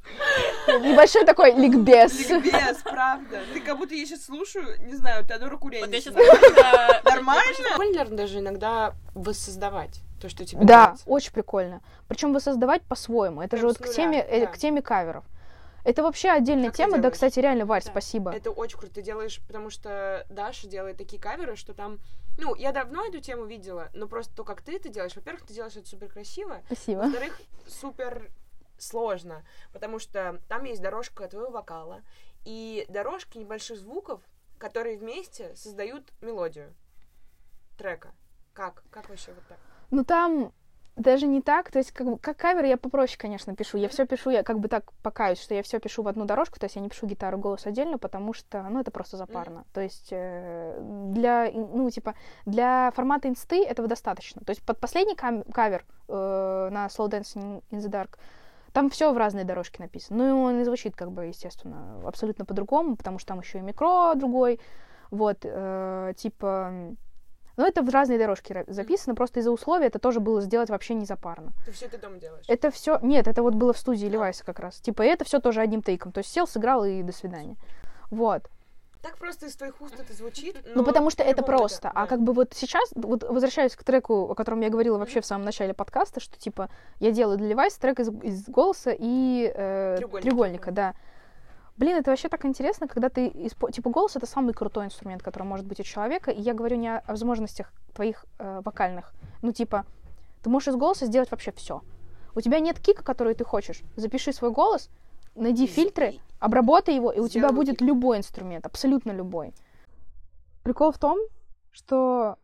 Небольшой такой ликбез. Ликбез, правда. Ты как будто я сейчас слушаю, не знаю, Теодора Куреничева. Нормально? Прикольно даже иногда воссоздавать то, что тебе Да, нравится. очень прикольно. Причем воссоздавать по-своему. Это Прям же вот с к нуля, теме, э, да. к теме каверов. Это вообще отдельная Как ты тема. Да, делаешь? кстати, реально, Варь, Да. спасибо. Это очень круто ты делаешь, потому что Даша делает такие каверы, что там... Ну, я давно эту тему видела, но просто то, как ты это делаешь, во-первых, ты делаешь это супер красиво, Спасибо. во-вторых, супер сложно, потому что там есть дорожка твоего вокала и дорожки небольших звуков, которые вместе создают мелодию трека. Как? Как вообще вот так? Ну там даже не так, то есть как, бы, как кавер я попроще, конечно, пишу. Я все пишу, я как бы так покаюсь, что я все пишу в одну дорожку, то есть я не пишу гитару, голос отдельно, потому что, ну, это просто запарно. Mm-hmm. То есть э, для, ну, типа, для формата инсты этого достаточно. То есть под последний кам- кавер э, на Slow Dancing in the Dark там все в разные дорожки написано. Ну, и он и звучит, как бы, естественно, абсолютно по-другому, потому что там еще и микро другой, вот, э, типа... Но это в разные дорожки записано, просто из-за условий это тоже было сделать вообще не запарно. Ты все это дома делаешь? Это все, нет, это вот было в студии Левайса как раз. Типа, и это все тоже одним тейком. То есть сел, сыграл и до свидания. Вот. Так просто из твоих уст это звучит. Ну, потому что это просто. Это, а да. как бы вот сейчас, вот возвращаясь к треку, о котором я говорила вообще в самом начале подкаста, что типа я делаю для Левайса трек из, из голоса и э, треугольника, треугольника, да. Блин, это вообще так интересно, когда ты... Исп... Типа, голос — это самый крутой инструмент, который может быть у человека, и я говорю не о, о возможностях твоих э, вокальных. Ну, типа, ты можешь из голоса сделать вообще все. У тебя нет кика, который ты хочешь. Запиши свой голос, найди и, фильтры, и... обработай его, и у тебя будет кик. Любой инструмент, абсолютно любой. Прикол в том, что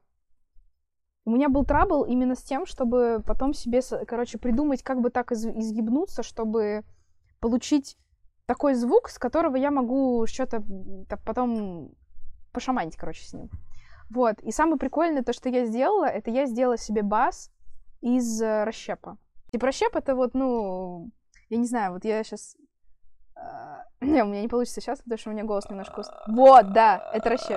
у меня был трабл именно с тем, чтобы потом себе, короче, придумать, как бы так из- изъебнуться, чтобы получить такой звук, с которого я могу что-то потом пошаманить, короче, с ним. Вот. И самое прикольное, то, что я сделала, это я сделала себе бас из э, расщепа. Типа расщеп — это вот, ну, я не знаю, вот я сейчас... Э, не, у меня не получится сейчас, потому что у меня голос немножко... Уст... Вот, да, это расщеп.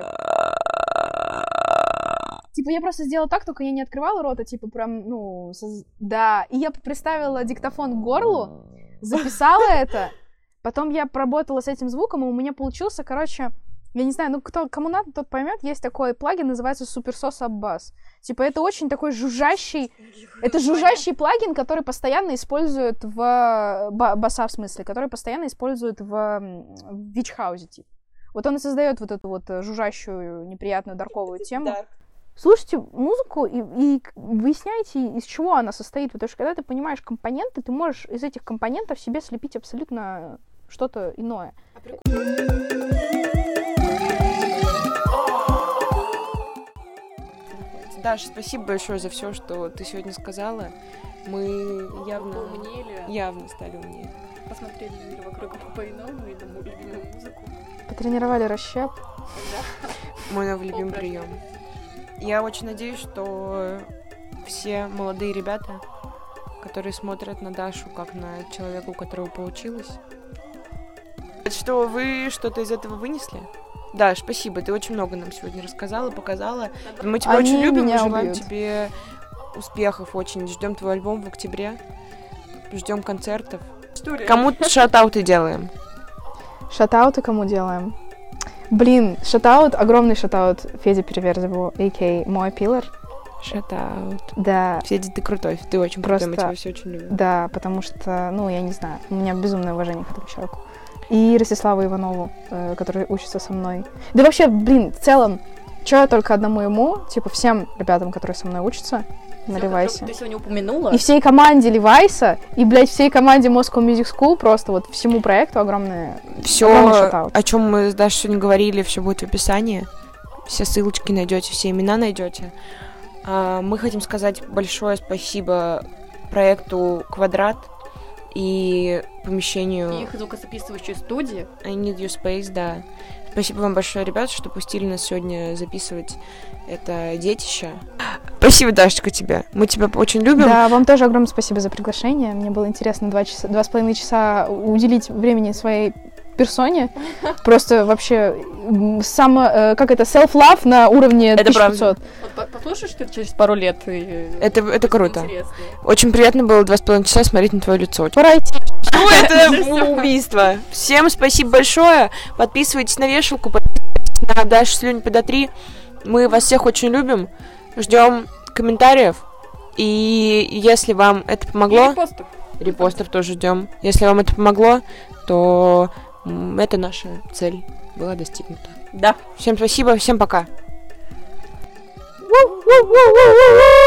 Типа я просто сделала так, только я не открывала рота, типа прям, ну, соз... да. И я приставила диктофон к горлу, записала это. Потом я поработала с этим звуком, и у меня получился, короче, я не знаю, ну, кто, кому надо, тот поймет, есть такой плагин, называется SuperSauce Up-Bass. Типа, это очень такой жужжащий, это жужжащий плагин, который постоянно используют в, баса в смысле, который постоянно используют в, в вич-хаузе, типа. Вот он и создает вот эту вот жужжащую, неприятную, дарковую тему. Слушайте музыку и, и выясняйте, из чего она состоит, потому что когда ты понимаешь компоненты, ты можешь из этих компонентов себе слепить абсолютно что-то иное. А прикольно. Даша, спасибо большое за все, что ты сегодня сказала. Мы явно, умнели. явно стали умнее. Посмотрели мир вокруг по-иному и на мою любимую музыку. Потренировали расщеп. Да. Мой новый любимый прием. Я очень надеюсь, что все молодые ребята, которые смотрят на Дашу как на человека, у которого получилось, что вы что-то из этого вынесли. Даш, спасибо, ты очень много нам сегодня рассказала, показала. Мы тебя Они очень любим, мы меня желаем убьют. тебе успехов очень. Ждем твой альбом в октябре, ждем концертов. Кому-то шатауты делаем. Шатауты кому делаем? Блин, шатаут, огромный шатаут Феде Переверзеву, а.к.а. мой пилар. Шатаут. Да. Федя, ты крутой, ты очень Просто... крутой, мы тебя все очень любим. Да, потому что, ну, я не знаю, у меня безумное уважение к этому человеку. И Ростиславу Иванову, э, который учится со мной. Да вообще, блин, в целом, что я только одному ему, типа всем ребятам, которые со мной учатся на Левайсе. Ты сегодня упомянула. И всей команде Левайса, и, блядь, всей команде Moscow Music School, просто вот всему проекту огромное, все, о чем мы с Дашей сегодня говорили, все будет в описании. Все ссылочки найдете, все имена найдете. А, мы хотим сказать большое спасибо проекту «Квадрат» и помещению... И их звукозаписывающей студии. I Need Your Space, да. Спасибо вам большое, ребята, что пустили нас сегодня записывать это детище. Спасибо, Дашечка, тебе. Мы тебя очень любим. Да, вам тоже огромное спасибо за приглашение. Мне было интересно два часа, два с половиной часа уделить времени своей персоне. Просто вообще само, как это, self-love на уровне это тысяча пятьсот. Вот послушаешь ты через пару лет. И... Это, это круто. Интересно. Очень приятно было два с половиной часа смотреть на твое лицо. Пора идти. Что это убийство? Всем спасибо большое. Подписывайтесь на вешалку, подписывайтесь на Дашу Слюнь Пэ Дэ три. Мы вас всех очень любим. Ждем комментариев. И если вам это помогло... И репостов. Репостов тоже ждем. Если вам это помогло, то это наша цель была достигнута. Да. Всем спасибо, всем пока. Woo, woo, woo, woo, woo, woo.